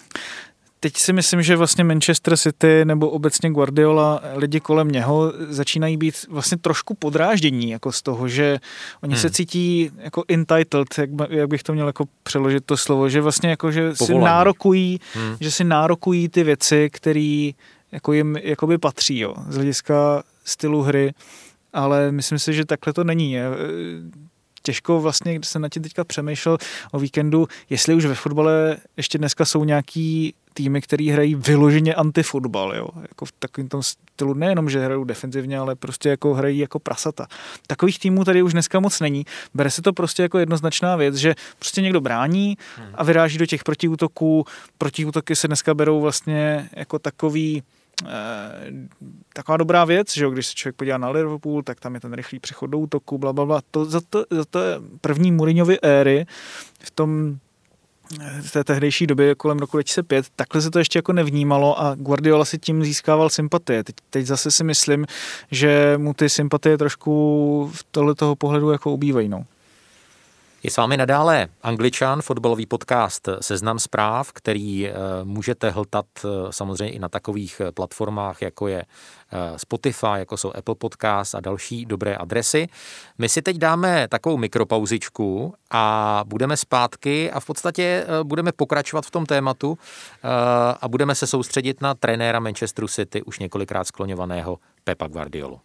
teď si myslím, že vlastně Manchester City nebo obecně Guardiola, lidi kolem něho začínají být vlastně trošku podráždění jako z toho, že oni hmm. se cítí jako entitled, jak, jak bych to měl jako přeložit to slovo, že vlastně jako, že Povolání. si nárokují, hmm. že si nárokují ty věci, které jako jim jakoby patří, jo, z hlediska stylu hry, ale myslím si, že takhle to není. Je. Těžko vlastně, když jsem na tím teďka přemýšlel o víkendu, jestli už ve fotbale ještě dneska jsou nějaký týmy, který hrají vyloženě antifotbal, jo. Jako v takovém tom stylu, nejenom, že hrajou defenzivně, ale prostě jako hrají jako prasata. Takových týmů tady už dneska moc není. Bere se to prostě jako jednoznačná věc, že prostě někdo brání a vyráží do těch protiútoků. Protiútoky se dneska berou vlastně jako takový taková dobrá věc, že jo, když se člověk podívá na Liverpool, tak tam je ten rychlý přechod do útoku, blablabla. To za to, za to první Mourinhovy éry v tom v té tehdejší době kolem roku dva tisíce pět, takhle se to ještě jako nevnímalo a Guardiola si tím získával sympatie. Teď, teď zase si myslím, že mu ty sympatie trošku v tohletoho pohledu jako ubývají, no. Je s vámi nadále Angličan, fotbalový podcast Seznam zpráv, který můžete hltat samozřejmě i na takových platformách, jako je Spotify, jako jsou Apple Podcast a další dobré adresy. My si teď dáme takovou mikropauzičku a budeme zpátky a v podstatě budeme pokračovat v tom tématu a budeme se soustředit na trenéra Manchesteru City, už několikrát skloňovaného Pepa Guardiolu.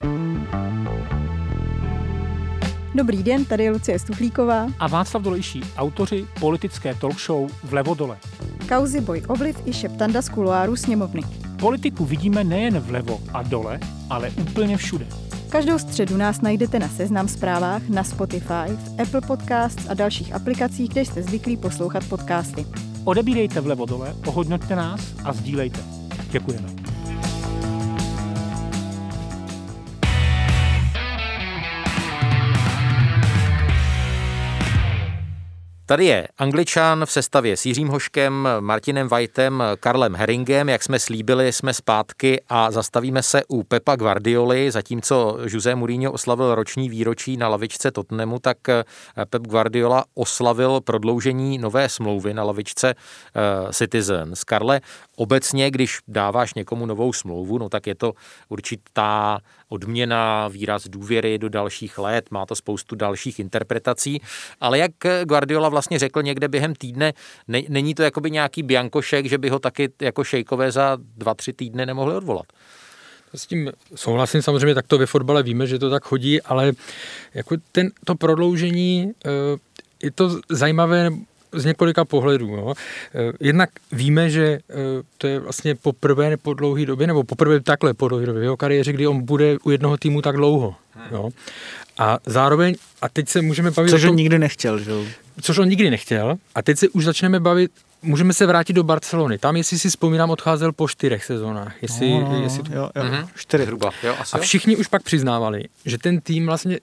Dobrý den, tady je Lucie Stuchlíková a Václav Dolejší, autoři politické talk show Vlevo dole. Kauzy, boj, obliv i šeptanda z kuloáru sněmovny. Politiku vidíme nejen vlevo a dole, ale úplně všude. Každou středu nás najdete na Seznam zprávách, na Spotify, v Apple Podcasts a dalších aplikacích, kde jste zvyklí poslouchat podcasty. Odebírejte Vlevo dole, ohodnoťte nás a sdílejte. Děkujeme. Tady je Angličan v sestavě s Jiřím Hoškem, Martinem Whitem, Karlem Herringem. Jak jsme slíbili, jsme zpátky a zastavíme se u Pepa Guardioli. Zatímco José Mourinho oslavil roční výročí na lavičce Tottenhamu, tak Pep Guardiola oslavil prodloužení nové smlouvy na lavičce uh, Citizens. Karle, obecně, když dáváš někomu novou smlouvu, no tak je to určitá odměna, výraz důvěry do dalších let, má to spoustu dalších interpretací, ale jak Guardiola vlastně řekl někde během týdne, ne, není to jakoby nějaký biankošek, že by ho taky jako šejkové za dva, tři týdny nemohli odvolat? S tím souhlasím, samozřejmě tak to ve fotbale víme, že to tak chodí, ale jako ten, to prodloužení je to zajímavé z několika pohledů. No. Jednak víme, že to je vlastně poprvé po dlouhé době, nebo poprvé takhle po dlouhé době v jeho kariéře, kdy on bude u jednoho týmu tak dlouho. Jo. A zároveň, a teď se můžeme bavit... Což on nikdy nechtěl, že jo? Což on nikdy nechtěl. A teď se už začneme bavit, můžeme se vrátit do Barcelony. Tam, jestli si vzpomínám, odcházel po čtyřech sezónách. Jestli, no, no, jestli jo, jo, mm-hmm. čtyři. Hruba, jo, asi a všichni už pak přiznávali, že ten tým vlastně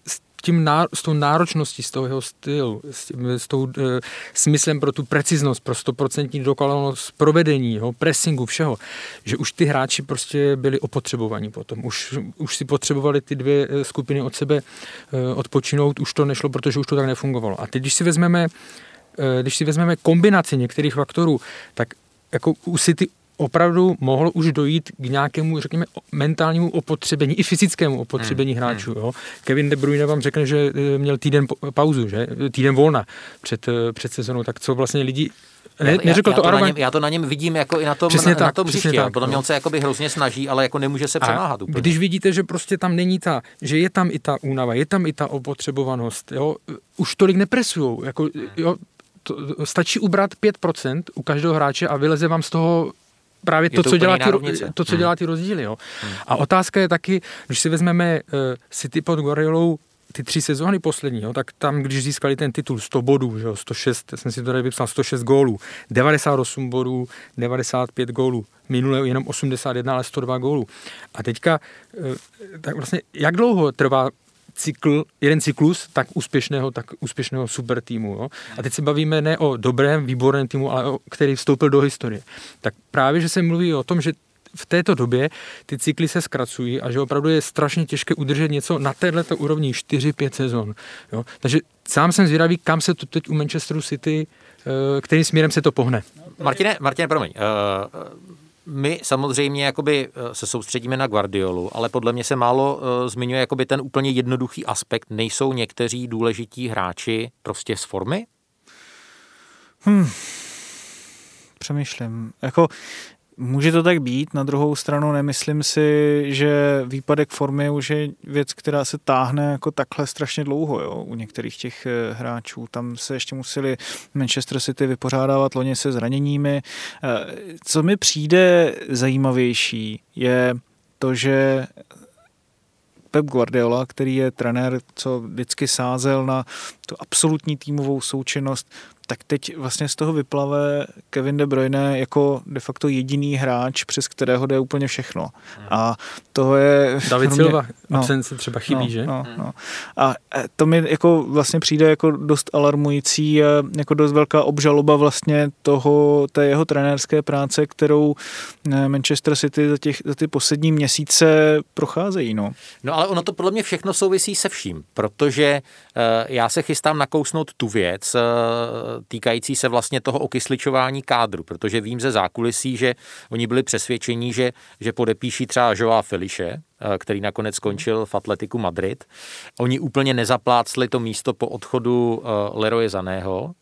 tím ná, s tou náročností, z toho jeho stylu, s, tím, s tou e, smyslem pro tu preciznost, pro sto procent dokonalost provedení, jo, pressingu, všeho, že už ty hráči prostě byli opotřebovaní potom. Už, už si potřebovali ty dvě skupiny od sebe e, odpočinout, už to nešlo, protože už to tak nefungovalo. A teď, když si vezmeme, e, když si vezmeme kombinaci některých faktorů, tak jako u City opravdu mohlo už dojít k nějakému, řekněme, mentálnímu opotřebení, i fyzickému opotřebení hmm. hráčů. Jo. Kevin De Bruyne vám řekne, že měl týden pauzu, že? Týden volna před, před sezónou, tak co vlastně lidi ne, neřekl já, to já, to arrogant... já to na něm vidím jako i na tom, na, na tom hřišti. Podle mě on se jakoby hrozně snaží, ale jako nemůže se přemáhat úplně. Když vidíte, že prostě tam není ta, že je tam i ta únava, je tam i ta opotřebovanost, jo, už tolik nepresujou, jako, jo, to, stačí ubrat pět procent u každého hráče a vyleze vám z toho právě to, to, co dělá ty, to, co dělá ty rozdíly. Jo. Hmm. A otázka je taky, když si vezmeme uh, City pod Guardiolou ty tři sezóny poslední, jo, tak tam, když získali ten titul sto bodů, že jo, sto šest, jsem si to tady vypsal, sto šest gólů, devadesát osm bodů, devadesát pět gólů, minule jenom osmdesát jedna, ale sto dva gólů. A teďka, uh, tak vlastně, jak dlouho trvá cykl, jeden cyklus tak úspěšného, tak úspěšného super týmu. Jo? A teď se bavíme ne o dobrém, výborném týmu, ale o který vstoupil do historie. Tak právě, že se mluví o tom, že v této době ty cykly se zkracují a že opravdu je strašně těžké udržet něco na této úrovni čtyři pět sezon. Jo? Takže sám jsem zvědavý, kam se to teď u Manchesteru City, kterým směrem se to pohne. Martine, Martine, promiň. Uh... My samozřejmě jakoby se soustředíme na Guardiolu, ale podle mě se málo uh, zmiňuje jakoby ten úplně jednoduchý aspekt. Nejsou někteří důležití hráči prostě z formy? Hmm. Přemýšlím. Jako může to tak být, na druhou stranu nemyslím si, že výpadek formy už je věc, která se táhne jako takhle strašně dlouho, jo, u některých těch hráčů. Tam se ještě museli Manchester City vypořádávat loni se zraněními. Co mi přijde zajímavější, je to, že Pep Guardiola, který je trenér, co vždycky sázel na tu absolutní týmovou součinnost, tak teď vlastně z toho vyplave Kevin De Bruyne jako de facto jediný hráč, přes kterého jde úplně všechno. A to je... David mě, Silva, no, absence třeba chybí, no, že? No, no. A to mi jako vlastně přijde jako dost alarmující, jako dost velká obžaloba vlastně toho, té jeho trenérské práce, kterou Manchester City za, těch, za ty poslední měsíce procházejí. No. no ale ono to podle mě všechno souvisí se vším, protože uh, já se chystám nakousnout tu věc, uh, týkající se vlastně toho okysličování kádru, protože vím ze zákulisí, že oni byli přesvědčení, že, že podepíší třeba Joao Felixe, který nakonec skončil v Atletiku Madrid. Oni úplně nezaplácli to místo po odchodu Leroye Saného.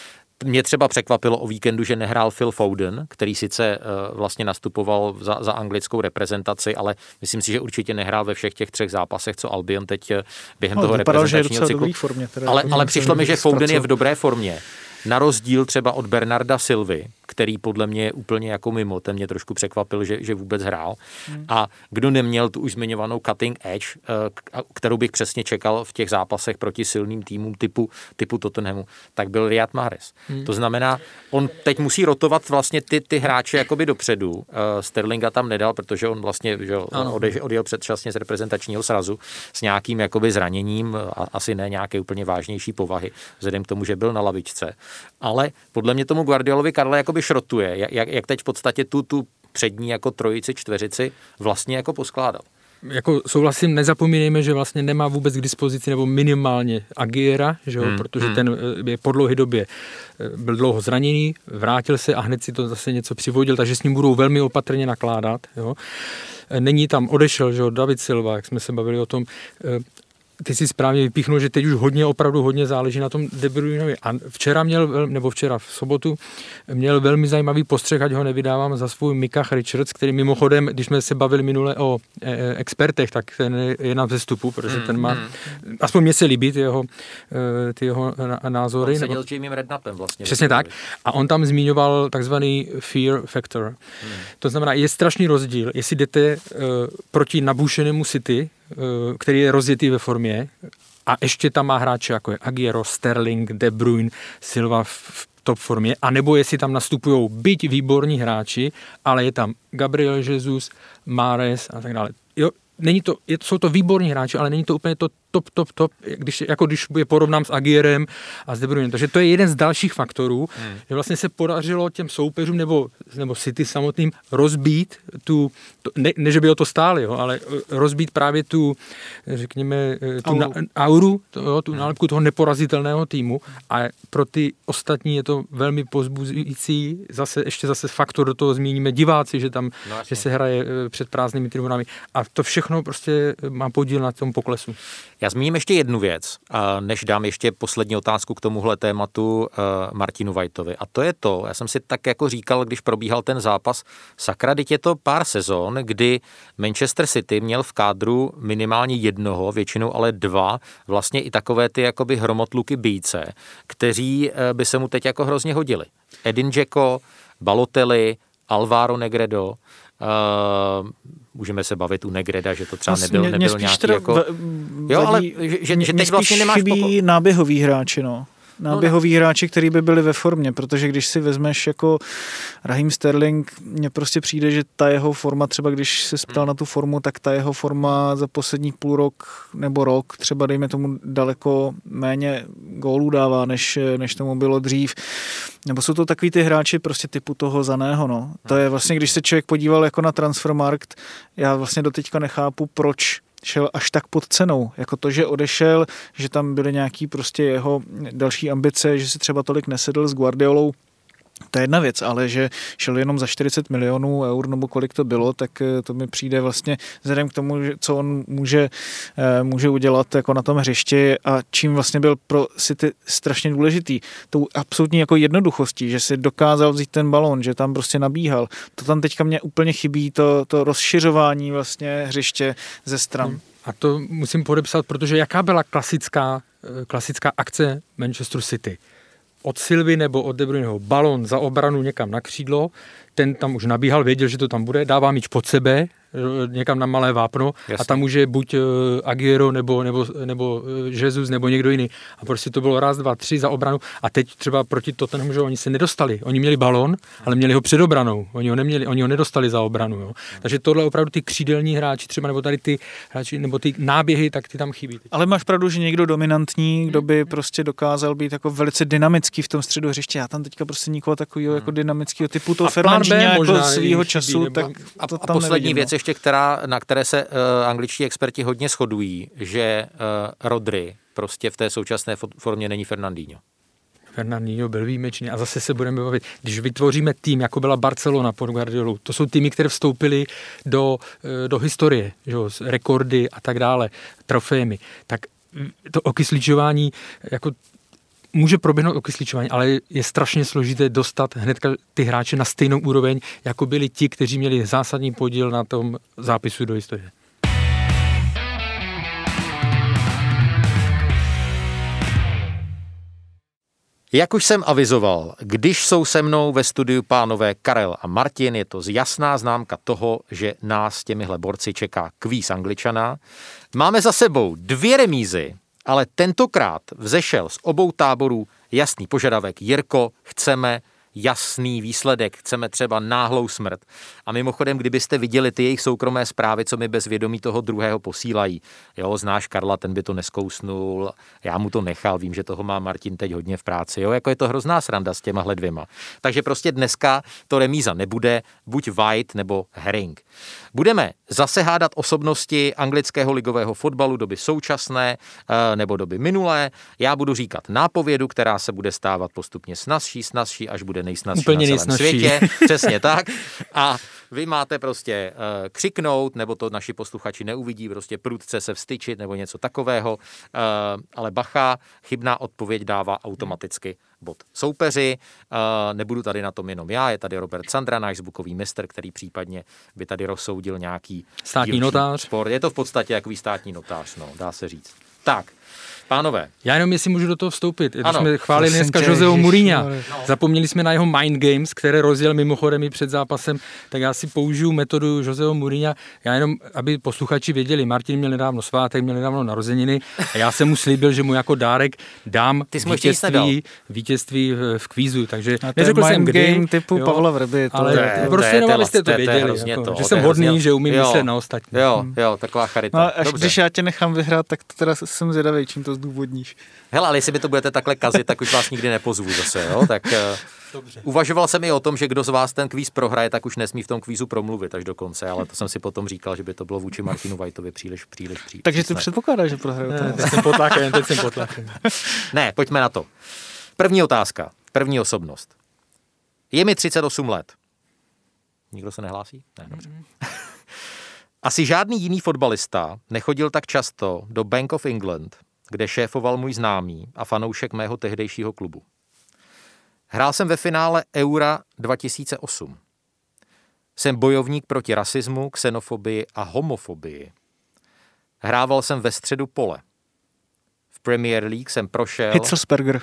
Mě třeba překvapilo o víkendu, že nehrál Phil Foden, který sice uh, vlastně nastupoval za, za anglickou reprezentaci, ale myslím si, že určitě nehrál ve všech těch třech zápasech, co Albion teď během no, toho vypadal, reprezentačního cyklu. Formě, teda ale, ale přišlo mi, že Foden je v dobré formě. Na rozdíl třeba od Bernarda Silvy, který podle mě je úplně jako mimo, ten mě trošku překvapil, že, že vůbec hrál. Hmm. A kdo neměl tu už zmiňovanou cutting edge, kterou bych přesně čekal v těch zápasech proti silným týmům typu, typu Tottenhamu, tak byl Riyad Mahrez. Hmm. To znamená, on teď musí rotovat vlastně ty, ty hráče jakoby dopředu. Uh, Sterlinga tam nedal, protože on vlastně že, odjel, odjel předčasně z reprezentačního srazu s nějakým jakoby zraněním, a, asi ne nějaké úplně vážnější povahy, vzhledem k tomu, že byl na lavičce. Ale podle mě tomu Guardiolovi Karle jakoby šrotuje, jak, jak teď v podstatě tu, tu přední jako trojici, čtveřici vlastně jako poskládal. Jako souhlasím, nezapomínejme, že vlastně nemá vůbec k dispozici nebo minimálně Aguilera, že jo, hmm, protože hmm. ten je po dlouhé době byl dlouho zraněný, vrátil se a hned si to zase něco přivodil, takže s ním budou velmi opatrně nakládat. Jo. Není tam, odešel, že jo, David Silva, jak jsme se bavili o tom. Ty si správně vypíchnul, že teď už hodně, opravdu hodně záleží na tom De Bruynovi. A včera měl, nebo včera v sobotu, měl velmi zajímavý postřeh, ať ho nevydávám za svůj Mikach Richards, který mimochodem, když jsme se bavili minule o e, expertech, tak ten je na vzestupu, protože ten má, aspoň mě se líbí ty jeho, e, ty jeho názory. On seděl s Jamiem Redknappem vlastně. Přesně tak. A on tam zmiňoval takzvaný fear factor. Hmm. To znamená, je strašný rozdíl, jestli jdete e, proti nabušenému City, který je rozjetý ve formě a ještě tam má hráče jako je Aguero, Sterling, De Bruyne, Silva v top formě, anebo jestli tam nastupují byť výborní hráči, ale je tam Gabriel Jesus, Mahrez a tak dále. Jo, není to, je, jsou to výborní hráči, ale není to úplně to top, top, top, když, jako když je porovnám s Aguirrem a s De Bruynem. Takže to je jeden z dalších faktorů, hmm. že vlastně se podařilo těm soupeřům nebo, nebo City samotným rozbít tu, to, ne, ne, že by o to stáli, jo, ale rozbít právě tu, řekněme, tu auru, na, auru to, jo, tu nálepku toho neporazitelného týmu a pro ty ostatní je to velmi povzbuzující. Zase, ještě zase faktor do toho zmíníme diváci, že tam, no, že se hraje před prázdnými tribunami a to všechno prostě má podíl na tom poklesu. Já zmíním ještě jednu věc, než dám ještě poslední otázku k tomuhle tématu Martinu Whiteovi. A to je to, já jsem si tak jako říkal, když probíhal ten zápas, sakra, teď je to pár sezon, kdy Manchester City měl v kádru minimálně jednoho, většinou ale dva, vlastně i takové ty jakoby hromotluky bíjce, kteří by se mu teď jako hrozně hodili. Edin Dzeko, Balotelli, Alvaro Negredo. Uh, můžeme se bavit u Negreda, že to třeba nebyl, mě, nebyl mě nějaký teda jako... V, jo, ale že, že, že teď vlastně nemáš chybí poko... náběhový hráči, no. Náběhoví no, hráči, který by byli ve formě, protože když si vezmeš jako Raheem Sterling, mně prostě přijde, že ta jeho forma, třeba když se ptal hmm. na tu formu, tak ta jeho forma za poslední půl rok nebo rok, třeba dejme tomu daleko méně gólů dává, než, než tomu bylo dřív. Nebo jsou to takový ty hráči prostě typu toho Zaného, no. To je vlastně, když se člověk podíval jako na Transfermarkt, já vlastně doteďka nechápu, proč šel až tak pod cenou, jako to, že odešel, že tam byly nějaký prostě jeho další ambice, že si třeba tolik nesedl s Guardiolou, to je jedna věc, ale že šel jenom za čtyřicet milionů eur, nebo kolik to bylo, tak to mi přijde vlastně vzhledem k tomu, co on může, může udělat jako na tom hřišti a čím vlastně byl pro City strašně důležitý. Tou absolutní jako jednoduchostí, že si dokázal vzít ten balón, že tam prostě nabíhal. To tam teďka mě úplně chybí, to, to rozšiřování vlastně hřiště ze stran. A to musím podepsat, protože jaká byla klasická, klasická akce Manchester City? Od Silvy nebo od De Bruyneho balon za obranu někam na křídlo, ten tam už nabíhal, věděl, že to tam bude, dává míč pod sebe, někam na malé vápno. Jasně. A tam už je buď uh, Aguero nebo, nebo, nebo uh, Jesus nebo někdo jiný. A prostě to bylo raz, dva, tři za obranu. A teď třeba proti Tottenhamu, že oni se nedostali. Oni měli balon, ale měli ho před obranou. Oni ho neměli, oni ho nedostali za obranu. Jo. Takže tohle opravdu ty křídelní hráči, třeba nebo tady ty hráči, nebo ty náběhy, tak ty tam chybí. Teď. Ale máš pravdu, že někdo dominantní, kdo by prostě dokázal být jako velice dynamický v tom středu hřiště. Já tam teďka prostě nikoho takového jako dynamického typu toho Fernandinha jako svýho času, nebo, tak a, to a tam poslední nevidím, věc ještě, která, na které se uh, angličtí experti hodně shodují, že uh, Rodri prostě v té současné formě není Fernandinho. Fernandinho byl výjimečný a zase se budeme bavit, když vytvoříme tým, jako byla Barcelona pod Guardiolou, to jsou týmy, které vstoupily do, do historie, že, rekordy a tak dále, trofémy, tak to okysličování jako může proběhnout okysličování, ale je strašně složité dostat hned ty hráče na stejnou úroveň, jako byli ti, kteří měli zásadní podíl na tom zápisu do historie. Jak už jsem avizoval, když jsou se mnou ve studiu pánové Karel a Martin, je to jasná známka toho, že nás těmihle borci čeká kvíz Angličana. Máme za sebou dvě remízy, ale tentokrát vzešel z obou táborů jasný požadavek. Jirko, chceme jasný výsledek, chceme třeba náhlou smrt. A mimochodem, kdybyste viděli ty jejich soukromé zprávy, co mi bez vědomí toho druhého posílají. Jo, znáš Karla, ten by to neskousnul, já mu to nechal, vím, že toho má Martin teď hodně v práci. Jo, jako je to hrozná sranda s těmahle dvěma. Takže prostě dneska to remíza nebude, buď White nebo Herring. Budeme zase hádat osobnosti anglického ligového fotbalu doby současné nebo doby minulé. Já budu říkat nápovědu, která se bude stávat postupně snazší, snazší, až bude nejsnazší úplně na celém nejsnazší. světě. Přesně tak. A vy máte prostě uh, křiknout, nebo to naši posluchači neuvidí, prostě prudce se vstyčit, nebo něco takového. Uh, ale bacha, chybná odpověď dává automaticky bod soupeři. Uh, nebudu tady na tom jenom já, je tady Robert Sandra, náš zvukový mistr, který případně by tady rozsoudil nějaký státní notář. Sport. Je to v podstatě jakový státní notář, no, dá se říct. Tak. Pánové. Já jenom, jestli můžu do toho vstoupit. Když ano, jsme chválili dneska Joseho Mourinha, no. Zapomněli jsme na jeho mind games, které rozjel mimochodem i před zápasem, tak já si použiju metodu Joseho Mourinha. Já jenom, aby posluchači věděli, Martin měl nedávno svátek, měl nedávno narozeniny a já jsem mu slíbil, že mu jako dárek dám vítězství, vítězství v kvízu. Takže neřekl jsem kdy. Game typu jo, Pavla Vrby. Ale to je, prostě jenom, abyste to věděli. Jako, že jsem hodný, že umím myslet na ostatní. Jo, jo, taková charita. No, až když já tě nechám vyhrát, tak to teda jsem zvědavý, čím to zdůvodníš. Hele, ale jestli mi to budete takhle kazit, tak už vás nikdy nepozvu zase, jo? Tak Dobře. Uvažoval jsem i o tom, že kdo z vás ten kvíz prohraje, tak už nesmí v tom kvízu promluvit až do konce, ale to jsem si potom říkal, že by to bylo vůči Martinu Whiteovi příliš, příliš, příliš. Takže ty předpokládáš, že prohraju. Ne, teď jsem potlaken, teď jsem potlaken. Ne, pojďme na to. První otázka, první osobnost. Je mi třicet osm let. Nikdo se nehlásí? Ne, dobře. Asi žádný jiný fotbalista nechodil tak často do Bank of England, kde šéfoval můj známý a fanoušek mého tehdejšího klubu. Hrál jsem ve finále Eura dva tisíce osm. Jsem bojovník proti rasismu, xenofobii a homofobii. Hrával jsem ve středu pole. V Premier League jsem prošel... Hitzelsberger.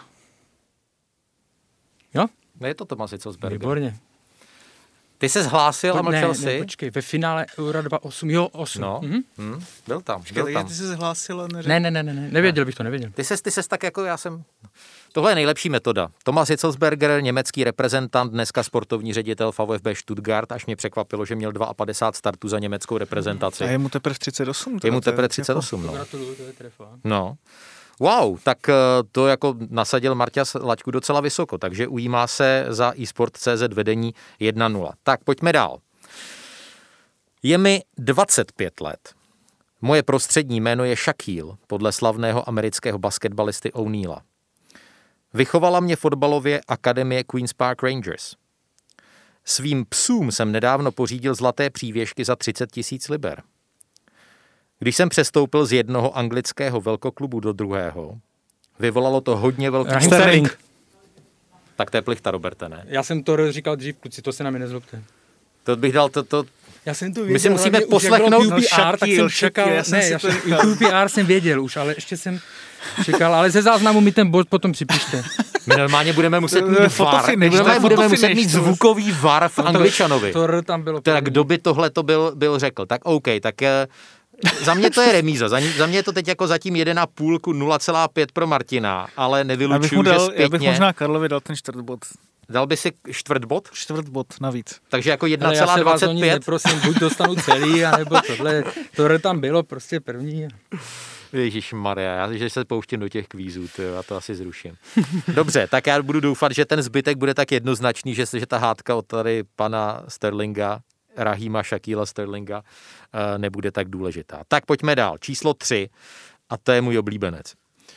Jo? Ne, je to Tomáš Hitzelsberger. Výborně. Ty se zhlásil a mlčel si? Ne, počkej, ve finále Eura dva tisíce osm, jo, osm. No, mhm. hmm, byl tam, Počkej, byl tam. Ty jsi zhlásil a neřekl. Ne, ne, ne, ne, nevěděl bych to, nevěděl. Ty ses, ty ses tak jako já jsem... Tohle je nejlepší metoda. Tomáš Hitzelsberger, německý reprezentant, dneska sportovní ředitel VfB Stuttgart, až mě překvapilo, že měl padesát dva startů za německou reprezentaci. A je mu teprve třicet osm? Je mu teprve třicet osm, no. Gratuluju, to je trefa. No. Wow, tak to jako nasadil Marťas laťku docela vysoko, takže ujímá se za eSport tečka cé zet vedení jedna nula. Tak pojďme dál. Je mi dvacet pět let. Moje prostřední jméno je Shaquille, podle slavného amerického basketbalisty O'Neala. Vychovala mě fotbalově akademie Queen's Park Rangers. Svým psům jsem nedávno pořídil zlaté přívěšky za třicet tisíc liber. Když jsem přestoupil z jednoho anglického velkoklubu do druhého, vyvolalo to hodně velký... Sterling. Tak to je plichta, Roberte, ne? Já jsem to říkal dřív, kluci, to se na mě nezlobte. To bych dal to... to... Já jsem to věděl. My si musíme poslechnout... No, Shaquille, tak jsem čekal... Já jsem ne, já jsem, Q P R jsem věděl už, ale ještě jsem čekal. Ale ze záznamu mi ten bod potom připište. My normálně budeme muset mít var. My budeme, budeme muset mít zvukový var v Angličanovi. To, to tam bylo... Teda kdo by tohle to byl, byl řekl. Tak OK, tak... Za mě to je remíza. Za, za mě je to teď jako zatím jeden a půl ku nula celá pět pro Martina, ale nevylučuju, dal, že zpětně... Já bych možná Karlovi dal ten čtvrtbod. Dal by si čtvrt bod? Čtvrt bod navíc. Takže jako jedna celá dvacet pět. Prosím, buď dostanu celý, anebo tohle. To tam bylo prostě první. Ježišmarja, já že se pouštím do těch kvízů, to já to asi zruším. Dobře, tak já budu doufat, že ten zbytek bude tak jednoznačný, že, že ta hádka od tady pana Sterlinga, Rahima Shaquilla Sterlinga, nebude tak důležitá. Tak pojďme dál. Číslo tři, a to je můj oblíbenec.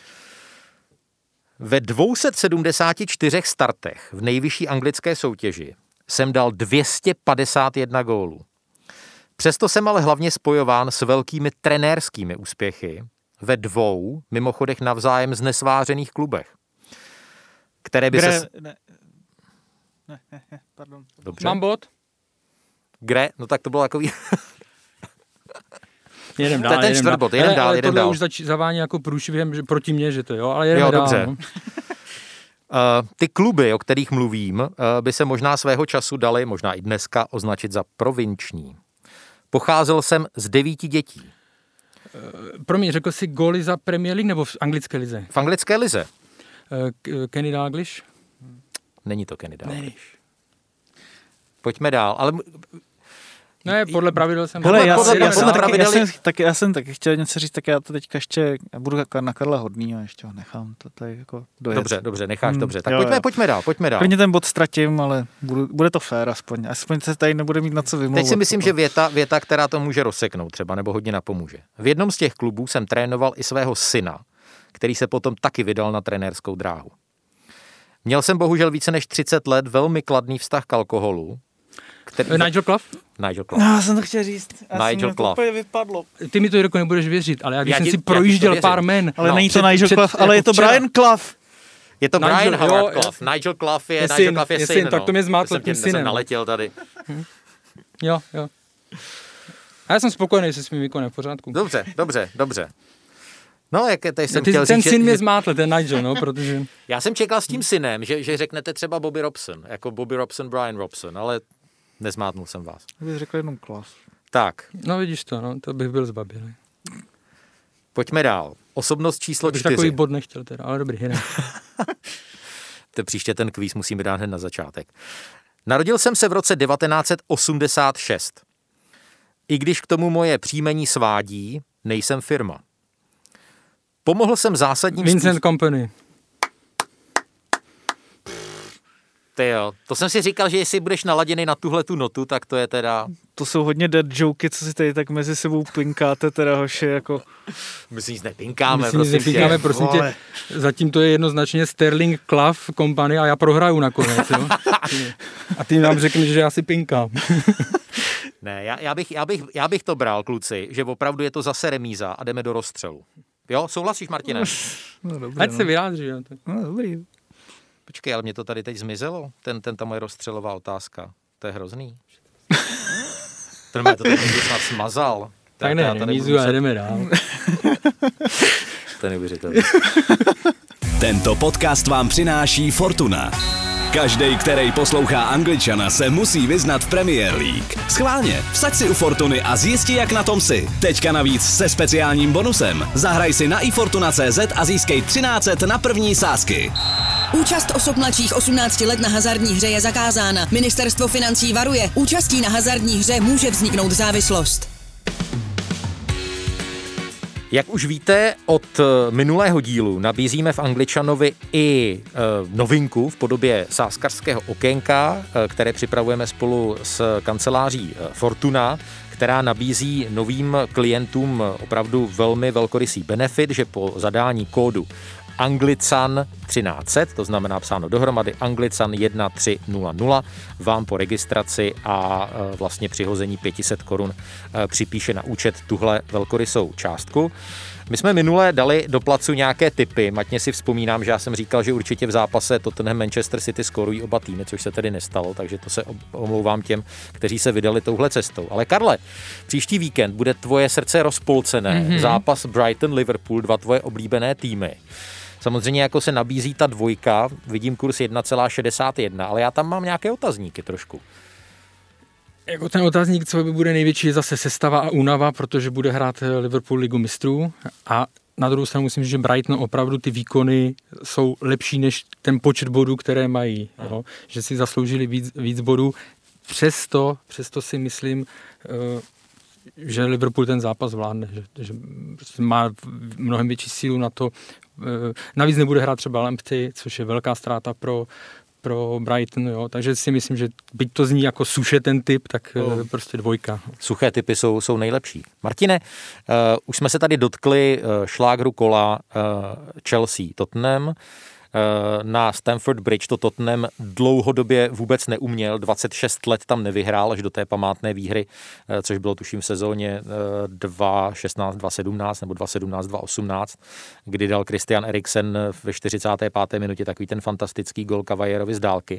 Ve dvě stě sedmdesát čtyři startech v nejvyšší anglické soutěži jsem dal dvě stě padesát jedna gólů. Přesto jsem ale hlavně spojován s velkými trenérskými úspěchy ve dvou, mimochodech navzájem znesvářených klubech, které by Gre... se... Ne. Ne, ne, ne, pardon. Dobře. Mám bod? Kde? No tak to bylo takový... Jedem dál, to je ten čtvrtbod, jedem ale, dál, ale jedem tohle dál. už zač- zavání jako průšvihem že proti mně, že to jo, ale jedem jo, dál. Dobře. No. Uh, ty kluby, o kterých mluvím, uh, by se možná svého času dali, možná i dneska, označit za provinční. Pocházel jsem z devíti dětí. Uh, pro mě řekl jsi góly za Premier League nebo v anglické lize? V anglické lize. Uh, Kenny Dalglish? Není to Kenny Dalglish. Pojďme dál, ale... Ne, podle pravidel jsem... Hele, já, podle, já, jsem taky, pravidel... já, jsem, taky, já jsem taky chtěl něco říct, tak já to teďka ještě, já budu na Karla hodný a ještě ho nechám to tady jako dojet. Dobře, dobře, necháš, hmm, dobře. Tak jo, pojďme, jo. pojďme dál, pojďme dál. Klidně ten bod ztratím, ale budu, bude to fér aspoň. Aspoň se tady nebude mít na co vymlouvat. Teď si myslím, že věta, věta, která to může rozseknout třeba, nebo hodně napomůže. V jednom z těch klubů jsem trénoval i svého syna, který se potom taky vydal na trenérskou dráhu. Měl jsem bohužel více než třicet let velmi kladný vztah k alkoholu. Který... Nigel Clough? Nigel Clough. No, já jsem to chtěl říct. Já Nigel jsem to úplně vypadlo. Ty mi to jako nebudeš věřit, ale já když já jsem ti, si projížděl pár men. Ale no, není to před, Nigel před, Clough, ale je to včera. Brian Clough. Je to Nigel, Brian Howard jo, Clough. Nigel Clough je, je Nigel syn, Clough je, je syn, syn, no. tak to mě zmátl jsem tím tě, synem. Jsem naletěl tady. Hm. Jo, jo. A já jsem spokojený se svým výkonem, v pořádku. Dobře, dobře, dobře. No, jak tady jsem Ty, chtěl ten říct, syn že, mě zmátl, ten Nigel, no, protože... Já jsem čekal s tím synem, že, že řeknete třeba Bobby Robson, jako Bobby Robson, Brian Robson, ale nezmátnul jsem vás. Bych řekl jenom Clough. Tak. No vidíš to, no, to bych byl zbabilý. Pojďme dál. Osobnost číslo bych čtyři. Takový bod nechtěl teda, ale dobrý, jdem. To příště ten kvíz musíme dát hned na začátek. Narodil jsem se v roce devatenáct set osmdesát šest. I když k tomu moje příjmení svádí, nejsem firma. Pomohl jsem zásadním Vincent způsob... Kompany. Ty jo, to jsem si říkal, že jestli budeš naladěný na tuhle tu notu, tak to je teda... To jsou hodně dead joky, co si tady tak mezi sebou pinkáte, teda hoši, jako... My si nic nepinkáme, My si prosím nic nepinkáme, tě. prosím tě. Zatím to je jednoznačně Sterling Clough Company a já prohraju nakonec, jo. A ty nám řekneš, že já si pinkám. Ne, já, já, bych, já, bych, já bych to bral, kluci, že opravdu je to zase remíza a jdeme do rozstřelu. Jo, souhlasíš, Martine? No, dobrý, Ať no. se vyjádří. No, dobrý. Počkej, ale mě to tady teď zmizelo, ten, ten ta moje rozstřelová otázka. To je hrozný. Ten mě to teď snad smazal. Tak ne, remízu a jdeme dál. To je neuvěřitelné. Tento podcast vám přináší Fortuna. Každej, který poslouchá Angličana, se musí vyznat v Premier League. Schválně, vsaď si u Fortuny a zjisti, jak na tom si. Teďka navíc se speciálním bonusem. Zahraj si na i fortuna tečka cé zet a získej třináct set na první sázky. Účast osob mladších osmnácti let na hazardní hře je zakázána. Ministerstvo financí varuje. Účastí na hazardní hře může vzniknout závislost. Jak už víte, od minulého dílu nabízíme v Angličanovi i e, novinku v podobě sázkařského okénka, e, které připravujeme spolu s kanceláří Fortuna, která nabízí novým klientům opravdu velmi velkorysý benefit, že po zadání kódu Anglican třináct set, to znamená psáno dohromady Anglican jedna tři nula nula, vám po registraci a e, vlastně přihození pět set korun e, připíše na účet tuhle velkorysou částku. My jsme minule dali do placu nějaké tipy. Matně si vzpomínám, že já jsem říkal, že určitě v zápase Tottenham Manchester City skorují oba týmy, což se tedy nestalo, takže to se omlouvám těm, kteří se vydali touhle cestou. Ale Karle, příští víkend bude tvoje srdce rozpolcené. Mm-hmm. Zápas Brighton-Liverpool, dva tvoje oblíbené týmy. Samozřejmě jako se nabízí ta dvojka, vidím kurz jedna celá šedesát jedna, ale já tam mám nějaké otazníky trošku. Jako ten otázník, co by bude největší, je zase sestava a únava, protože bude hrát Liverpool ligu mistrů a na druhou stranu musím říct, že Brighton opravdu ty výkony jsou lepší než ten počet bodů, které mají, jo? Že si zasloužili víc, víc bodů. Přesto, přesto si myslím, že Liverpool ten zápas vládne, že, že má mnohem větší sílu na to. Navíc nebude hrát třeba Lamptey, což je velká ztráta pro pro Brighton, jo, takže si myslím, že byť to zní jako suše ten typ, tak no. prostě dvojka. Suché typy jsou, jsou nejlepší. Martine, uh, už jsme se tady dotkli uh, šlágru kola uh, Chelsea Tottenham. Na Stamford Bridge to Tottenham dlouhodobě vůbec neuměl, dvacet šest let tam nevyhrál až do té památné výhry, což bylo tuším v sezóně dva šestnáct dva sedmnáct nebo dva sedmnáct dva osmnáct, kdy dal Christian Eriksen ve čtyřicáté páté minutě takový ten fantastický gol Cavalierovi z dálky.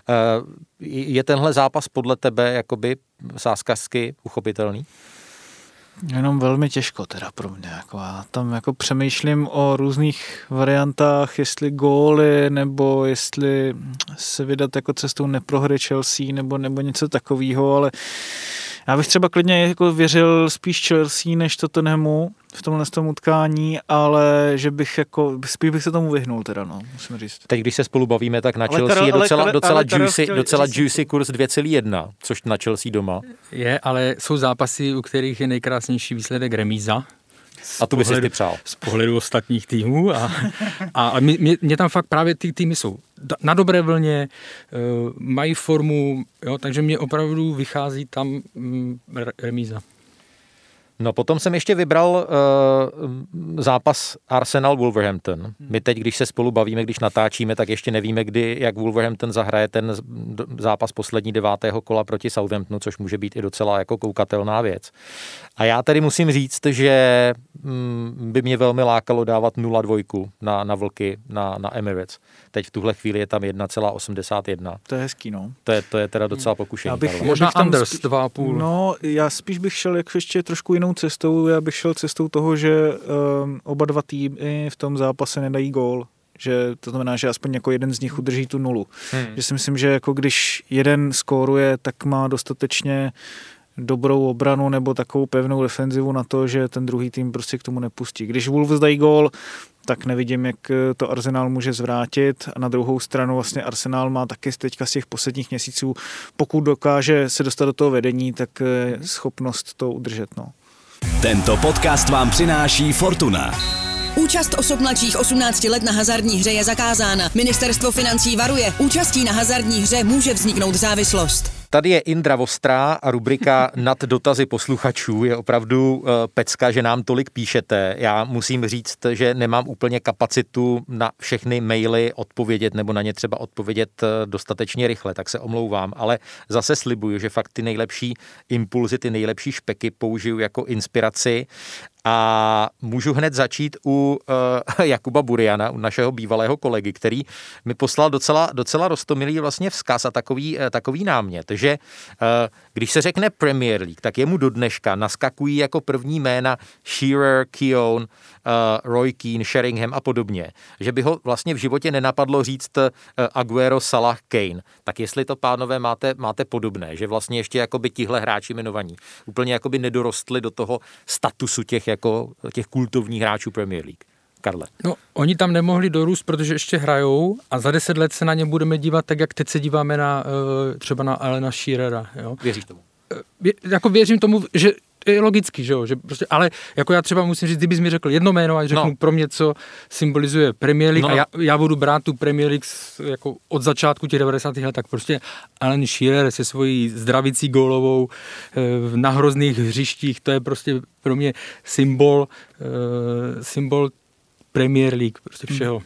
Je tenhle zápas podle tebe jakoby sázkařsky uchopitelný? Jenom velmi těžko teda pro mě. Jako já tam jako přemýšlím o různých variantách, jestli góly, nebo jestli se vydat jako cestou neprohry Chelsea, nebo, nebo něco takového, ale já bych třeba klidně jako věřil spíš Chelsea než Tottenhamu v tomhle tom utkání, ale že bych jako, spíš bych se tomu vyhnul teda, no, musím říct. Teď, když se spolu bavíme, tak na ale Chelsea Karel, je docela, ale, docela, ale juicy, chtěl, docela říct, juicy kurz dvě celá jedna, což na Chelsea doma. Je, ale jsou zápasy, u kterých je nejkrásnější výsledek remíza. A tu by si ty přál. Z pohledu ostatních týmů. A, a mě, mě tam fakt právě ty týmy jsou na dobré vlně, mají formu, jo, takže mě opravdu vychází tam remíza. No potom jsem ještě vybral uh, zápas Arsenal-Wolverhampton. My teď, když se spolu bavíme, když natáčíme, tak ještě nevíme, kdy, jak Wolverhampton zahraje ten zápas poslední devátého kola proti Southamptonu, což může být i docela jako koukatelná věc. A já tady musím říct, že mm, by mě velmi lákalo dávat nula dva na, na Vlky, na, na Emirates. Teď v tuhle chvíli je tam jedna celá osmdesát jedna. To je hezký, no. To je, to je teda docela pokušení. Bych, možná bych Anders spíš, dva a půl. No, já spíš bych šel jako ještě trošku jinou cestou. Já bych šel cestou toho, že um, oba dva týmy v tom zápase nedají gól. Že to znamená, že aspoň jako jeden z nich udrží tu nulu. Hmm. Že si myslím, že jako když jeden skóruje, tak má dostatečně dobrou obranu nebo takovou pevnou defenzivu na to, že ten druhý tým prostě k tomu nepustí. Když Wolves dají gól, tak nevidím, jak to Arsenal může zvrátit. A na druhou stranu vlastně Arsenal má taky teďka z těch posledních měsíců, pokud dokáže se dostat do toho vedení, tak je schopnost to udržet. No. Tento podcast vám přináší Fortuna. Účast osob mladších osmnácti let na hazardní hře je zakázána. Ministerstvo financí varuje, účastí na hazardní hře může vzniknout závislost. Tady je Indra Vostrá a rubrika Nad dotazy posluchačů. Je opravdu uh, pecka, že nám tolik píšete. Já musím říct, že nemám úplně kapacitu na všechny maily odpovědět nebo na ně třeba odpovědět dostatečně rychle, tak se omlouvám, ale zase slibuju, že fakt ty nejlepší impulzy, ty nejlepší špeky použiju jako inspiraci. A můžu hned začít u uh, Jakuba Buriana, u našeho bývalého kolegy, který mi poslal docela, docela roztomilý vlastně vzkaz a takový, uh, takový námět, že uh, když se řekne Premier League, tak jemu do dneška naskakují jako první jména Shearer, Keown, uh, Roy Keane, Sheringham a podobně, že by ho vlastně v životě nenapadlo říct uh, Aguero, Salah, Kane. Tak jestli to, pánové, máte, máte podobné, že vlastně ještě jakoby tihle hráči jmenovaní úplně jakoby nedorostli do toho statusu těch jako těch kultovních hráčů Premier League. Karle. No, oni tam nemohli dorůst, protože ještě hrajou a za deset let se na ně budeme dívat tak, jak teď se díváme na třeba na Alena Shearera. Jo? Věříš tomu? Vě, jako věřím tomu, že je logický, že jo, že prostě, ale jako já třeba musím říct, kdybys mi řekl jedno jméno a řeknu no. pro mě, co symbolizuje Premier League no. a já, já budu brát tu Premier League jako od začátku těch devadesátých let, tak prostě Alan Shearer se svojí zdravicí gólovou na hrozných hřištích, to je prostě pro mě symbol, symbol Premier League, prostě všeho.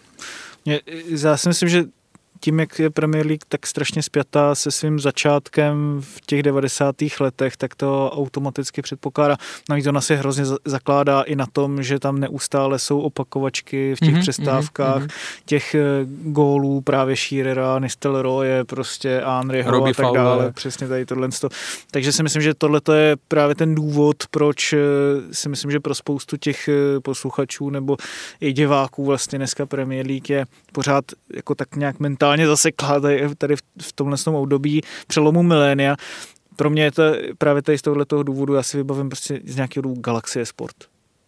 Já si myslím, že tím, jak je Premier League tak strašně spjatá se svým začátkem v těch devadesátých letech, tak to automaticky předpokládá. Navíc ona se hrozně zakládá i na tom, že tam neustále jsou opakovačky v těch mm-hmm, přestávkách, mm-hmm. těch gólů právě Shearera, Nistelrooye, prostě Henryho a tak Fowler. Dále. Přesně tady tohle. Takže si myslím, že tohle je právě ten důvod, proč si myslím, že pro spoustu těch posluchačů nebo i diváků vlastně dneska Premier League je pořád jako tak nějak mentálně zaseklá tady, tady v tomhle období přelomu milénia. Pro mě je to právě tady z tohoto důvodu, já si vybavím prostě z nějakého důvodu Galaxie Sport.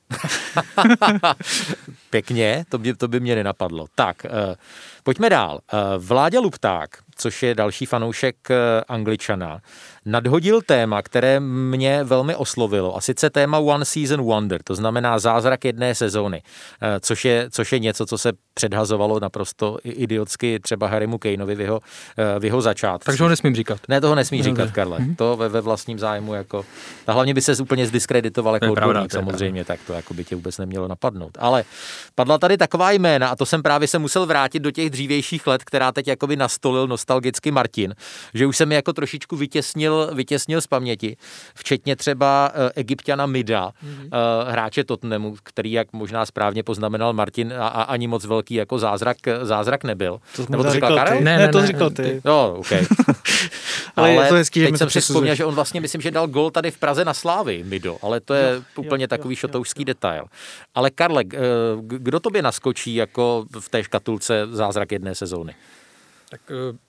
Pěkně, to by, to by mě nenapadlo. Tak, uh, pojďme dál. Uh, Vláďa Lupták, což je další fanoušek uh, Angličana, nadhodil téma, které mě velmi oslovilo, a sice téma One Season Wonder, to znamená zázrak jedné sezóny, uh, což je, což je něco, co se předhazovalo naprosto idiotsky třeba Harrymu Kaneovi v jeho, uh, v jeho začátku. Takže ho nesmím říkat. Ne, toho nesmí říkat, Karle. Mm-hmm. To ve, ve vlastním zájmu jako... A hlavně by se úplně zdiskreditoval jako odborník, samozřejmě, tak to jako by tě vůbec nemělo napadnout. Ale padla tady taková jména, a to jsem právě se musel vrátit do těch dřívějších let, která teď jakoby nastolil nostalgicky Martin, že už jsem mi jako trošičku vytěsnil, vytěsnil z paměti, včetně třeba uh, Egypťana Mida, mm-hmm. uh, hráče Tottenhamu, který, jak možná správně poznamenal Martin, a, a ani moc velký jako zázrak, zázrak nebyl. To Nebo to říkal Karel? Ne, ne, to ne, říkal ty. No, okay. ale, ale je to hezký, teď jsem si vzpomněl, že on vlastně, myslím, že dal gol tady v Praze na Slávy, Mido, ale to je jo, úplně jo, takový jo, šotoušský jo, jo. detail. Ale Karle, kdo tobě naskočí jako v té škatulce zázrak jedné sezóny? Tak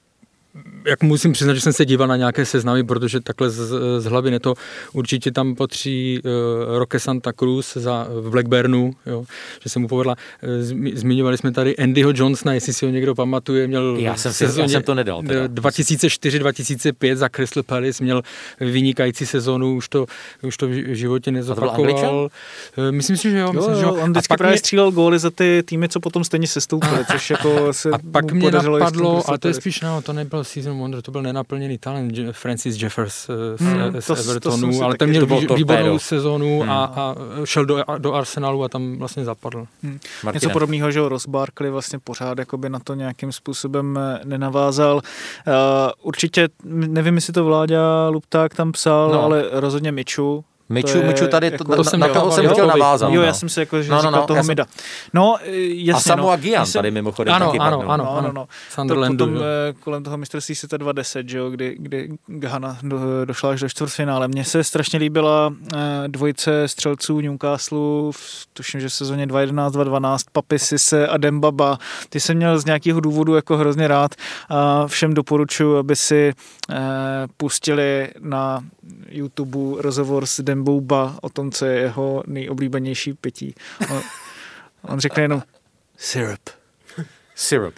jak musím přiznat, že jsem se díval na nějaké seznamy, protože takhle z, z hlavy ne to určitě tam patří uh, Roque Santa Cruz za, v Blackburnu, jo, že se mu povedla. Zmi, zmiňovali jsme tady Andyho Johnsona, jestli si ho někdo pamatuje, měl já jsem, si, já jsem to nedal. Teda. dva tisíce čtyři dva tisíce pět za Crystal Palace měl vynikající sezónu, už to, už to v životě nezopakoval. Myslím si, že jo. Myslím, jo, že jo. On vždycky právě mě... střílel góly za ty týmy, co potom stejně sestoupili, což jako se a pak mě napadlo, ale to je spíš, no, to nebyl season wonder, to byl nenaplněný talent Francis Jeffers z, hmm, z to, Evertonu, to ale ten měl výbornou sezónu hmm. a, a šel do, do Arsenalu a tam vlastně zapadl. Hmm. Něco podobného, že Ross Barkley vlastně pořád jakoby na to nějakým způsobem nenavázal. Uh, určitě, nevím, jestli to Vláďa Lupták tam psal, no. ale rozhodně Miču. Miču, Miču tady, jako, to, to na, jsem na toho jsem chtěl navázat. Jo, já jsem si jako, že no, no, říkal no, toho jsem... Mida. No, jasně. A Samoa no, Gyan jsem... tady mimochodem ano, taky ano, padnul. ano, ano, ano. Sunderlandu, potom jo. kolem toho mistrovství světa dva tisíce deset, že jo, kdy, kdy Ghana do, došla až do čtvrtfinále. Mně se strašně líbila uh, dvojice střelců Newcastle, v, tuším, že v sezóně dva tisíce jedenáct dva tisíce dvanáct, Papi Cisse a Dembaba. Ty jsem měl z nějakého důvodu jako hrozně rád a všem doporučuji, aby si uh, pustili na YouTube rozhovor s Dembouba o tom, co je jeho nejoblíbenější pití. On, on řekne jenom syrup. Syrup.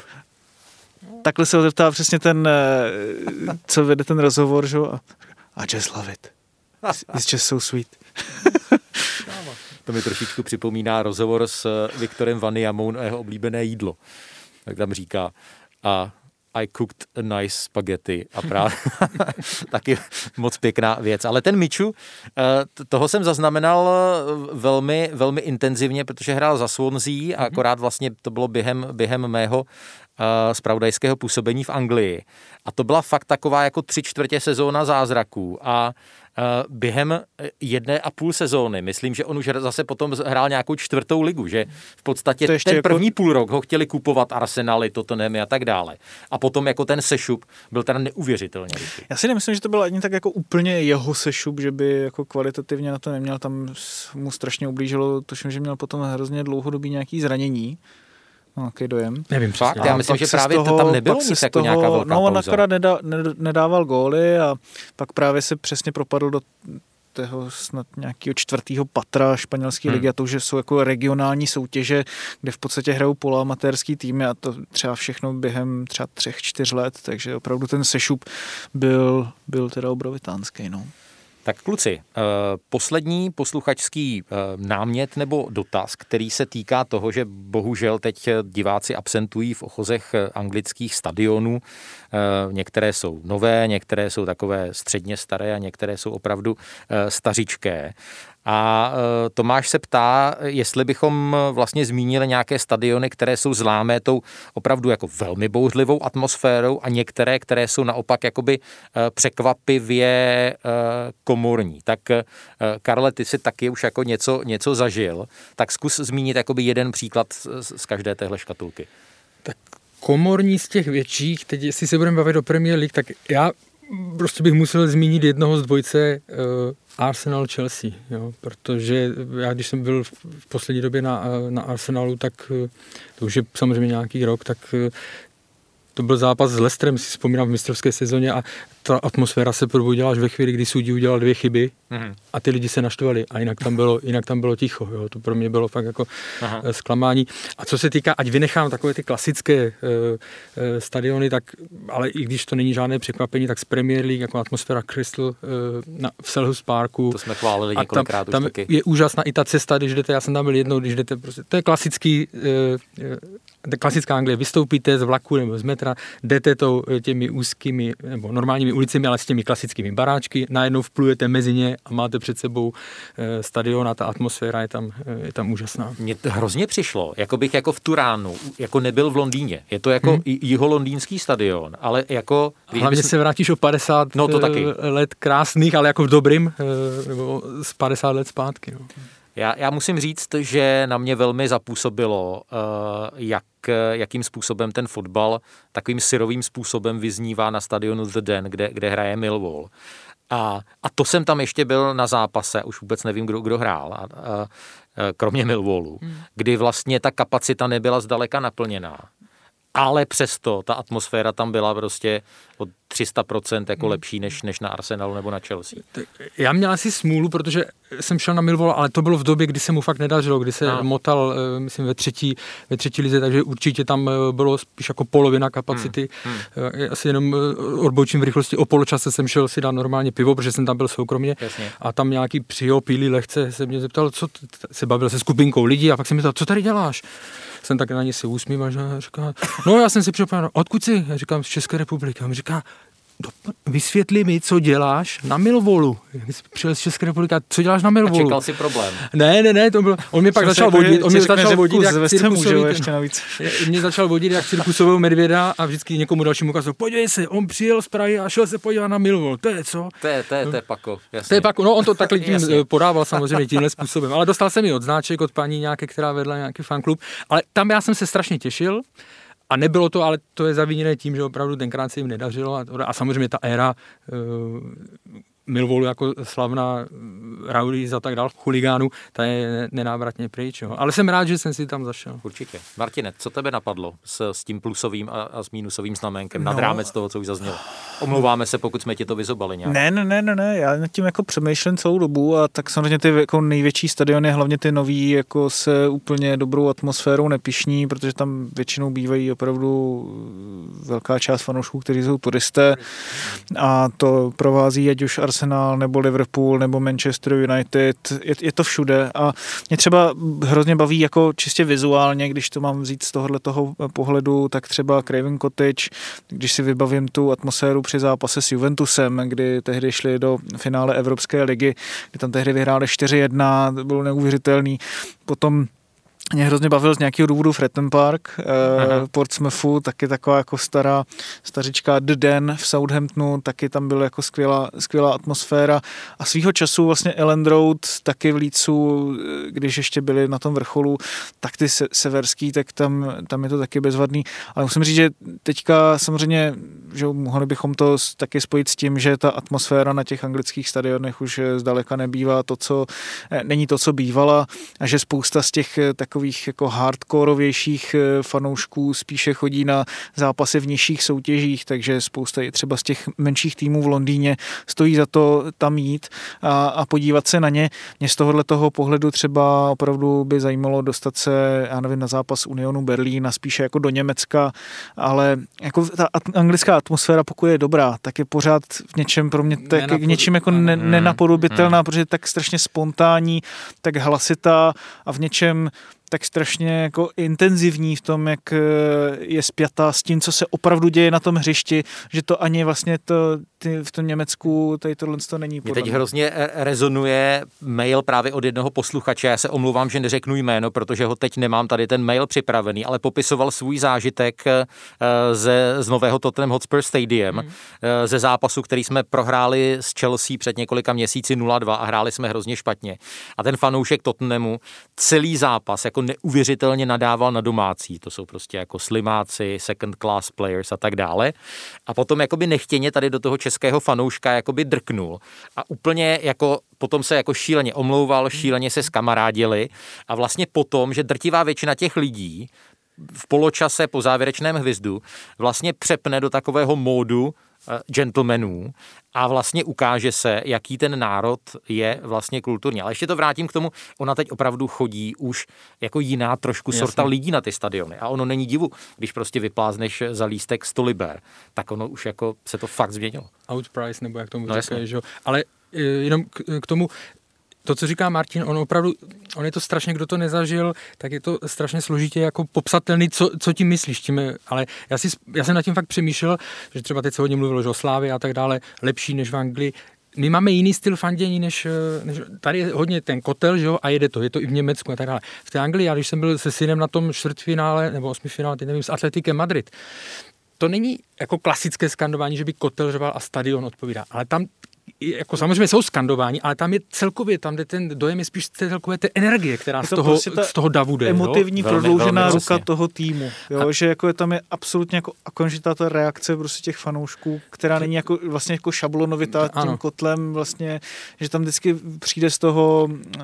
Takhle se ho zeptá přesně ten, co vede ten rozhovor, že? I just love it. It's just so sweet. To mi trošičku připomíná rozhovor s Viktorem Wanyamou na jeho oblíbené jídlo. Tak tam říká, a I cooked a nice spaghetti a právě taky moc pěkná věc. Ale ten Michu, toho jsem zaznamenal velmi, velmi intenzivně, protože hrál za Swansea a akorát vlastně to bylo během, během mého zpravodajského působení v Anglii. A to byla fakt taková jako tři čtvrtě sezóna zázraků a během jedné a půl sezóny, myslím, že on už zase potom hrál nějakou čtvrtou ligu, že v podstatě ten jako... první půl rok ho chtěli kupovat Arsenaly, Tottenhamy a tak dále. A potom jako ten sešup byl teda neuvěřitelně. Já si nemyslím, že to byl ani tak jako úplně jeho sešup, že by jako kvalitativně na to neměl, tam mu strašně ublížilo, tuším, že měl potom hrozně dlouhodobý nějaký zranění. No, jaký dojem. Nevím přesně. Já myslím, že právě toho, tam nebylo nic jako toho, nějaká velká no, on pauza. akorát nedá, nedával góly a pak právě se přesně propadl do toho snad nějakého čtvrtého patra španělské hmm. ligy a to, že jsou jako regionální soutěže, kde v podstatě hrajou poloamatérský týmy a to třeba všechno během třeba třech, čtyř let, takže opravdu ten sešup byl, byl teda obrovitánský, no. Tak kluci, poslední posluchačský námět nebo dotaz, který se týká toho, že bohužel teď diváci absentují v ochozech anglických stadionů. Některé jsou nové, některé jsou takové středně staré a některé jsou opravdu stařičké. A Tomáš se ptá, jestli bychom vlastně zmínili nějaké stadiony, které jsou známé tou opravdu jako velmi bouřlivou atmosférou a některé, které jsou naopak jakoby překvapivě komorní. Tak Karle, ty si taky už jako něco, něco zažil, tak zkus zmínit jakoby jeden příklad z každé téhle škatulky. Tak komorní z těch větších, teď jestli se budeme bavit o Premier League, tak já prostě bych musel zmínit jednoho z dvojce uh, Arsenal Chelsea, jo, protože já když jsem byl v, v poslední době na, na Arsenalu, tak uh, to už je samozřejmě nějaký rok, tak uh, to byl zápas s Leicesterem, si vzpomínám v mistrovské sezóně a ta atmosféra se probudila až ve chvíli, kdy sudí udělal dvě chyby mm. a ty lidi se naštvali a jinak tam bylo, jinak tam bylo ticho. Jo. To pro mě bylo fakt jako Aha. zklamání. A co se týká, ať vynechám takové ty klasické uh, uh, stadiony, tak, ale i když to není žádné překvapení, tak z Premier League jako atmosféra Crystal uh, na, v Selhurst Parku. To jsme chválili několikrát už tam taky. Je úžasná i ta cesta, když jdete, já jsem tam byl jednou, když jdete, prostě, to je klasický uh, uh, klasická Anglie, vystoupíte z vlaku nebo z metra, jdete to těmi úzkými nebo normálními ulicemi, ale s těmi klasickými baráčky, najednou vplujete mezi ně a máte před sebou e, stadion a ta atmosféra je tam, e, je tam úžasná. Mně to hrozně přišlo, jako bych jako v Turánu, jako nebyl v Londýně. Je to jako hmm. jiholondýnský stadion, ale jako... Hlavně bys... se vrátíš o padesát no, to taky. let krásných, ale jako v dobrým, e, nebo z padesát let zpátky. No. Já, já musím říct, že na mě velmi zapůsobilo, jak, jakým způsobem ten fotbal takovým syrovým způsobem vyznívá na stadionu The Den, kde, kde hraje Millwall. A, a to jsem tam ještě byl na zápase, už vůbec nevím, kdo, kdo hrál, a, a, kromě Millwallu, hmm. kdy vlastně ta kapacita nebyla zdaleka naplněná. Ale přesto ta atmosféra tam byla prostě o tři sta procent jako lepší než, než na Arsenalu nebo na Chelsea. Já měl asi smůlu, protože jsem šel na Millwall, ale to bylo v době, kdy se mu fakt nedařilo, kdy se no. motal, myslím, ve třetí, ve třetí lize, takže určitě tam bylo spíš jako polovina kapacity. Hmm. Hmm. Asi jenom odbočím v rychlosti. O poločase jsem šel si dát normálně pivo, protože jsem tam byl soukromně. Jasně. A tam nějaký přiopilý lehce se mě zeptal, co t- se bavil se skupinkou lidí a pak jsem mi ptal, co tady děláš? Jsem tak na ně se usmím a říká, no já jsem si připadal, odkud jsi? Já říkám, z České republiky. A on říká, vysvětli mi, co děláš na Millwallu. Přijel z České republiky, co děláš na Millwallu? A čekal si problém. Ne, ne, ne, to bylo, on mě pak začal vodit, on mě začal vodit jak cirkusový, ještě navíc. mě začal vodit jak cirkusového medvěda a vždycky někomu dalšímu ukazoval, podívej se, on přijel z Prahy a šel se podívat na Millwall, to je co? To je, to je, to je pako, jasně. To je pako, no on to takhle tím podával samozřejmě tímhle způsobem, ale dostal jsem i odznáček od paní nějaké, která vedla nějaký fanklub, ale tam já jsem se strašně těšil. A nebylo to, ale to je zaviněné tím, že opravdu tenkrát se jim nedařilo a, a samozřejmě ta éra uh, Millwallu jako slavná rowdies a tak dál, chuligánů, ta je nenávratně pryč. Jo. Ale jsem rád, že jsem si tam zašel. Určitě. Martine, co tebe napadlo s, s tím plusovým a, a s mínusovým znamenkem no. nad rámec toho, co už zaznělo? Omlouváme se, pokud jsme ti to vyzobali nějak. Ne, ne, ne, ne, ne, já nad tím jako přemýšlím celou dobu a tak samozřejmě ty jako největší stadiony, hlavně ty nový, jako se úplně dobrou atmosférou nepyšní, protože tam většinou bývají opravdu velká část fanoušků, kteří jsou turisté a to provází ať už Arsenal nebo Liverpool nebo Manchester United, je, je to všude a mě třeba hrozně baví jako čistě vizuálně, když to mám vzít z tohohle toho pohledu, tak třeba Craven Cottage, když si vybavím tu atmosféru při zápase s Juventusem, kdy tehdy šli do finále Evropské ligy, kdy tam tehdy vyhráli čtyři jedna, to bylo neuvěřitelný. Potom mě hrozně bavil z nějakého důvodu Fratton Park, eh, Portsmouthu, taky taková jako stará stařička The Den v Southamptonu, taky tam byla jako skvělá, skvělá atmosféra a svýho času vlastně Elland Road, taky v Leedsu, když ještě byli na tom vrcholu, tak ty se, severský, tak tam, tam je to taky bezvadný, ale musím říct, že teďka samozřejmě, že mohli bychom to taky spojit s tím, že ta atmosféra na těch anglických stadionech už zdaleka nebývá to, co, není to, co bývala a že spousta z těch takových jako hardkorovějších fanoušků spíše chodí na zápasy v nižších soutěžích, takže spousta i třeba z těch menších týmů v Londýně stojí za to tam jít a, a podívat se na ně. Mě z tohohle toho pohledu třeba opravdu by zajímalo dostat se, já nevím, na zápas Unionu Berlín a spíše jako do Německa, ale jako ta anglická atmosféra, pokud je dobrá, tak je pořád v něčem pro mě tak, Nenapod... něčím jako ne, nenapodobitelná, hmm. protože je tak strašně spontánní, tak hlasitá a v něčem tak strašně jako intenzivní v tom, jak je spjatá s tím, co se opravdu děje na tom hřišti, že to ani vlastně to, ty, v tom Německu tady tohle to není. Mě teď hrozně rezonuje mail právě od jednoho posluchače, já se omlouvám, že neřeknu jméno, protože ho teď nemám tady ten mail připravený, ale popisoval svůj zážitek ze, z nového Tottenham Hotspur Stadium, hmm. ze zápasu, který jsme prohráli s Chelsea před několika měsíci nula dva a hráli jsme hrozně špatně. A ten fanoušek Tottenhamu celý zápas jako neuvěřitelně nadával na domácí, to jsou prostě jako slimáci, second class players a tak dále. A potom jakoby nechtěně tady do toho českého fanouška jakoby drknul a úplně jako potom se jako šíleně omlouval, šíleně se skamarádili a vlastně potom, že drtivá většina těch lidí v poločase po závěrečném hvizdu vlastně přepne do takového módu gentlemanů a vlastně ukáže se, jaký ten národ je vlastně kulturní. Ale ještě to vrátím k tomu, ona teď opravdu chodí už jako jiná trošku sorta Jasně. lidí na ty stadiony a ono není divu, když prostě vyplázneš za lístek sto liber, tak ono už jako se to fakt změnilo. Outprice, nebo jak tomu no říkají, že jo. Ale jenom k, k tomu, to, co říká Martin, on opravdu, on je to strašně, kdo to nezažil, tak je to strašně složitě jako popsatelný, co, co tím myslíš, tím, ale já, si, já jsem nad tím fakt přemýšlel, že třeba teď se hodně mluvilo, že o Slávii a tak dále, lepší než v Anglii. My máme jiný styl fandění, než, než tady je hodně ten kotel, že jo, a jede to, je to i v Německu a tak dále. V té Anglii, já když jsem byl se synem na tom čtvrtfinále, nebo osmifinále, teď nevím, s Atletikem Madrid, to není jako klasické skandování, že by kotel řval a stadion odpovídá, ale tam jako samozřejmě jsou skandování, ale tam je celkově, tam kde ten dojem je spíš celkově té energie, která z toho, prostě z toho davu jde. Emotivní, jo? Prodloužená velmi, ruka velmi toho týmu. Jo? A že jako tam je absolutně jako okamžitá ta reakce prostě těch fanoušků, která není jako vlastně jako šablonovitá tím ano. kotlem vlastně, že tam vždycky přijde z toho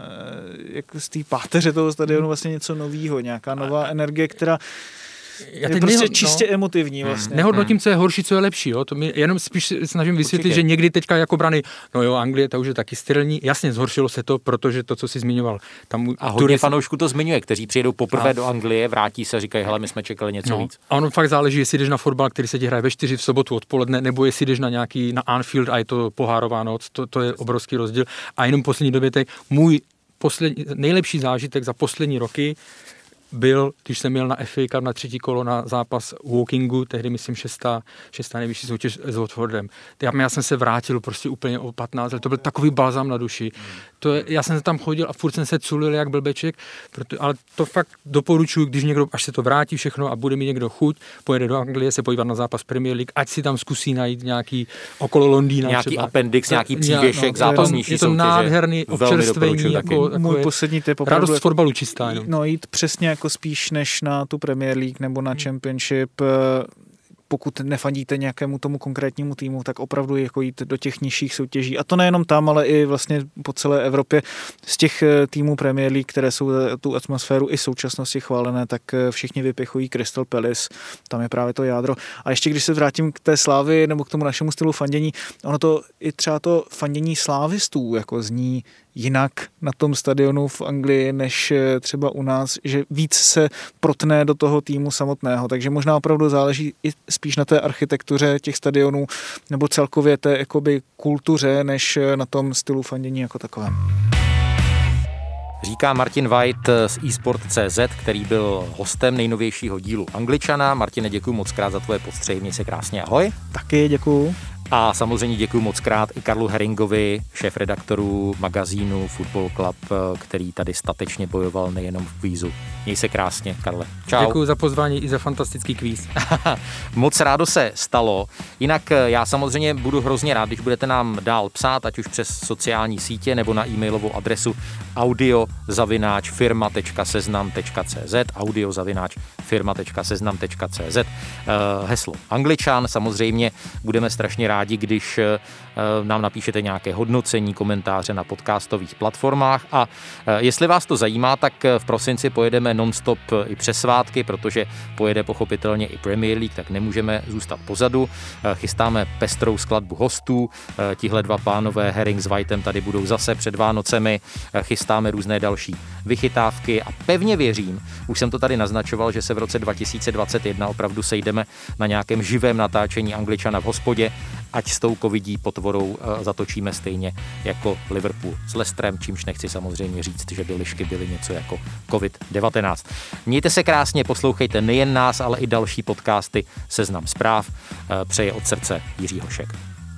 jako z té páteře toho stadionu vlastně něco novýho, nějaká nová a, energie, která Já je prostě neho, čistě no, emotivní vlastně. Nehodnotím, co je horší, co je lepší. Jo? To mi jenom spíš snažím vysvětlit, Určitě. Že někdy teďka jako brany, no jo, Anglie, ta už je taky sterilní. Jasně, zhoršilo se to, protože to, co jsi zmiňoval. Tam a hodně turist... fanoušků to zmiňuje, kteří přijedou poprvé a... do Anglie, vrátí se a říkají, hele, my jsme čekali něco no. víc. A ono fakt záleží, jestli jdeš na fotbal, který se ti hraje ve čtyři v sobotu odpoledne, nebo jestli jdeš na nějaký, na Anfield a je to pohárová noc, to, to je obrovský rozdíl. A jenom poslední době, tak můj poslední, nejlepší zážitek za poslední roky byl, když jsem měl na F A Cup na třetí kolo na zápas Wokingu, tehdy myslím šestá, šestá nejvyšší soutěž s Watfordem. Já, já jsem se vrátil prostě úplně o patnáct let, to byl takový balzam na duši. To je, já jsem tam chodil a furt jsem se culil jak blbeček, proto, ale to fakt doporučuji, když někdo, až se to vrátí všechno a bude mít někdo chuť, pojede do Anglie se podívat na zápas Premier League, ať si tam zkusí najít nějaký okolo Londýna nějaký třeba. appendix, nějaký přívěšek no, zápasnější je to soutěže. Nádherný občerstvení, jako, můj poslední tip radost z fotbalu čistá. Jenom. No jít přesně jako spíš než na tu Premier League nebo na Championship, pokud nefandíte nějakému tomu konkrétnímu týmu, tak opravdu jako jít do těch nižších soutěží. A to nejenom tam, ale i vlastně po celé Evropě. Z těch týmů Premier League, které jsou tu atmosféru i současnosti chválené, tak všichni vypichují Crystal Palace. Tam je právě to jádro. A ještě když se vrátím k té Slávy nebo k tomu našemu stylu fandění, ono to i třeba to fandění slávistů jako zní jinak na tom stadionu v Anglii, než třeba u nás, že víc se protne do toho týmu samotného. Takže možná opravdu záleží i spíš na té architektuře těch stadionů nebo celkově té jakoby kultuře, než na tom stylu fandění jako takovém. Říká Martin White z eSport tečka cé zet, který byl hostem nejnovějšího dílu Angličana. Martine, děkuji moc krát za tvoje postřehy, měj se krásně, ahoj. Taky děkuju. A samozřejmě děkuji moc krát i Karlu Herringovi, šéfredaktoru magazínu Football Club, který tady statečně bojoval nejenom v kvízu. Měj se krásně, Karle. Čau. Děkuji za pozvání i za fantastický kvíz. Moc rádo se stalo. Jinak já samozřejmě budu hrozně rád, když budete nám dál psát, ať už přes sociální sítě nebo na e-mailovou adresu audio zavináč firma tečka seznam tečka cé zet audio zavináč firma tečka seznam tečka cé zet Heslo Angličan, samozřejmě budeme strašně rádi, když nám napíšete nějaké hodnocení, komentáře na podcastových platformách a jestli vás to zajímá, tak v prosinci pojedeme non-stop i přes svátky, protože pojede pochopitelně i Premier League, tak nemůžeme zůstat pozadu. Chystáme pestrou skladbu hostů, tihle dva pánové Herring s Whiteem tady budou zase před Vánocemi, chystáme různé další vychytávky a pevně věřím, už jsem to tady naznačoval, že se v roce dva tisíce dvacet jedna opravdu sejdeme na nějakém živém natáčení Angličana v hospodě, ať s tou covidí potvorou zatočíme stejně jako Liverpool s Leicesterem, čímž nechci samozřejmě říct, že by lišky byly něco jako covid devatenáct. Mějte se krásně, poslouchejte nejen nás, ale i další podcasty Seznam zpráv. Přeje od srdce Jiří Hošek.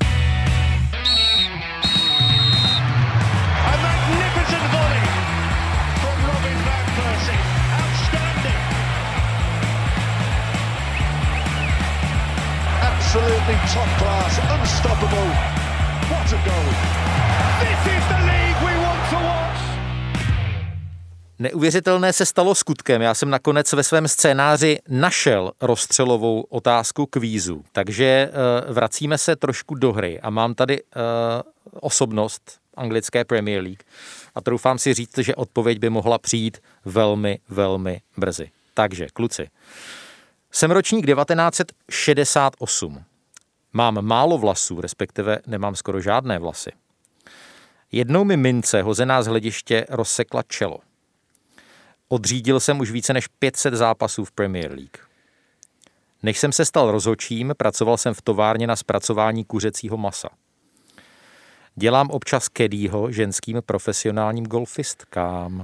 Absolutely top class, unstoppable. What a goal. This is the league we want to watch. Neuvěřitelné se stalo skutkem. Já jsem nakonec ve svém scénáři našel rozstřelovou otázku kvízu, takže uh, vracíme se trošku do hry a mám tady uh, osobnost anglické Premier League a troufám si říct, že odpověď by mohla přijít velmi, velmi brzy. Takže, kluci, jsem ročník devatenáct set šedesát osm. Mám málo vlasů, respektive nemám skoro žádné vlasy. Jednou mi mince hozená z hlediště rozsekla čelo. Odřídil jsem už více než pět set zápasů v Premier League. Než jsem se stal rozhodčím, pracoval jsem v továrně na zpracování kuřecího masa. Dělám občas caddyho ženským profesionálním golfistkám.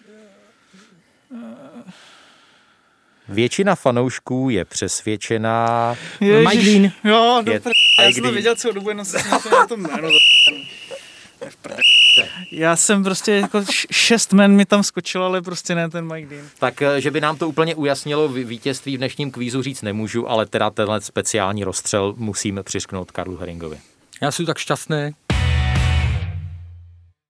Většina fanoušků je přesvědčená... Mike Dean. Jo, je dobře. Já jsem to viděl celou dobu, jenom jsem to na tom jméno. Já jsem prostě jako šest men mi tam skočilo, ale prostě ne ten Mike Dean. Tak, že by nám to úplně ujasnilo vítězství v dnešním kvízu říct nemůžu, ale teda tenhle speciální rozstřel musíme přišknout Karlu Herringovi. Já jsem tak šťastný,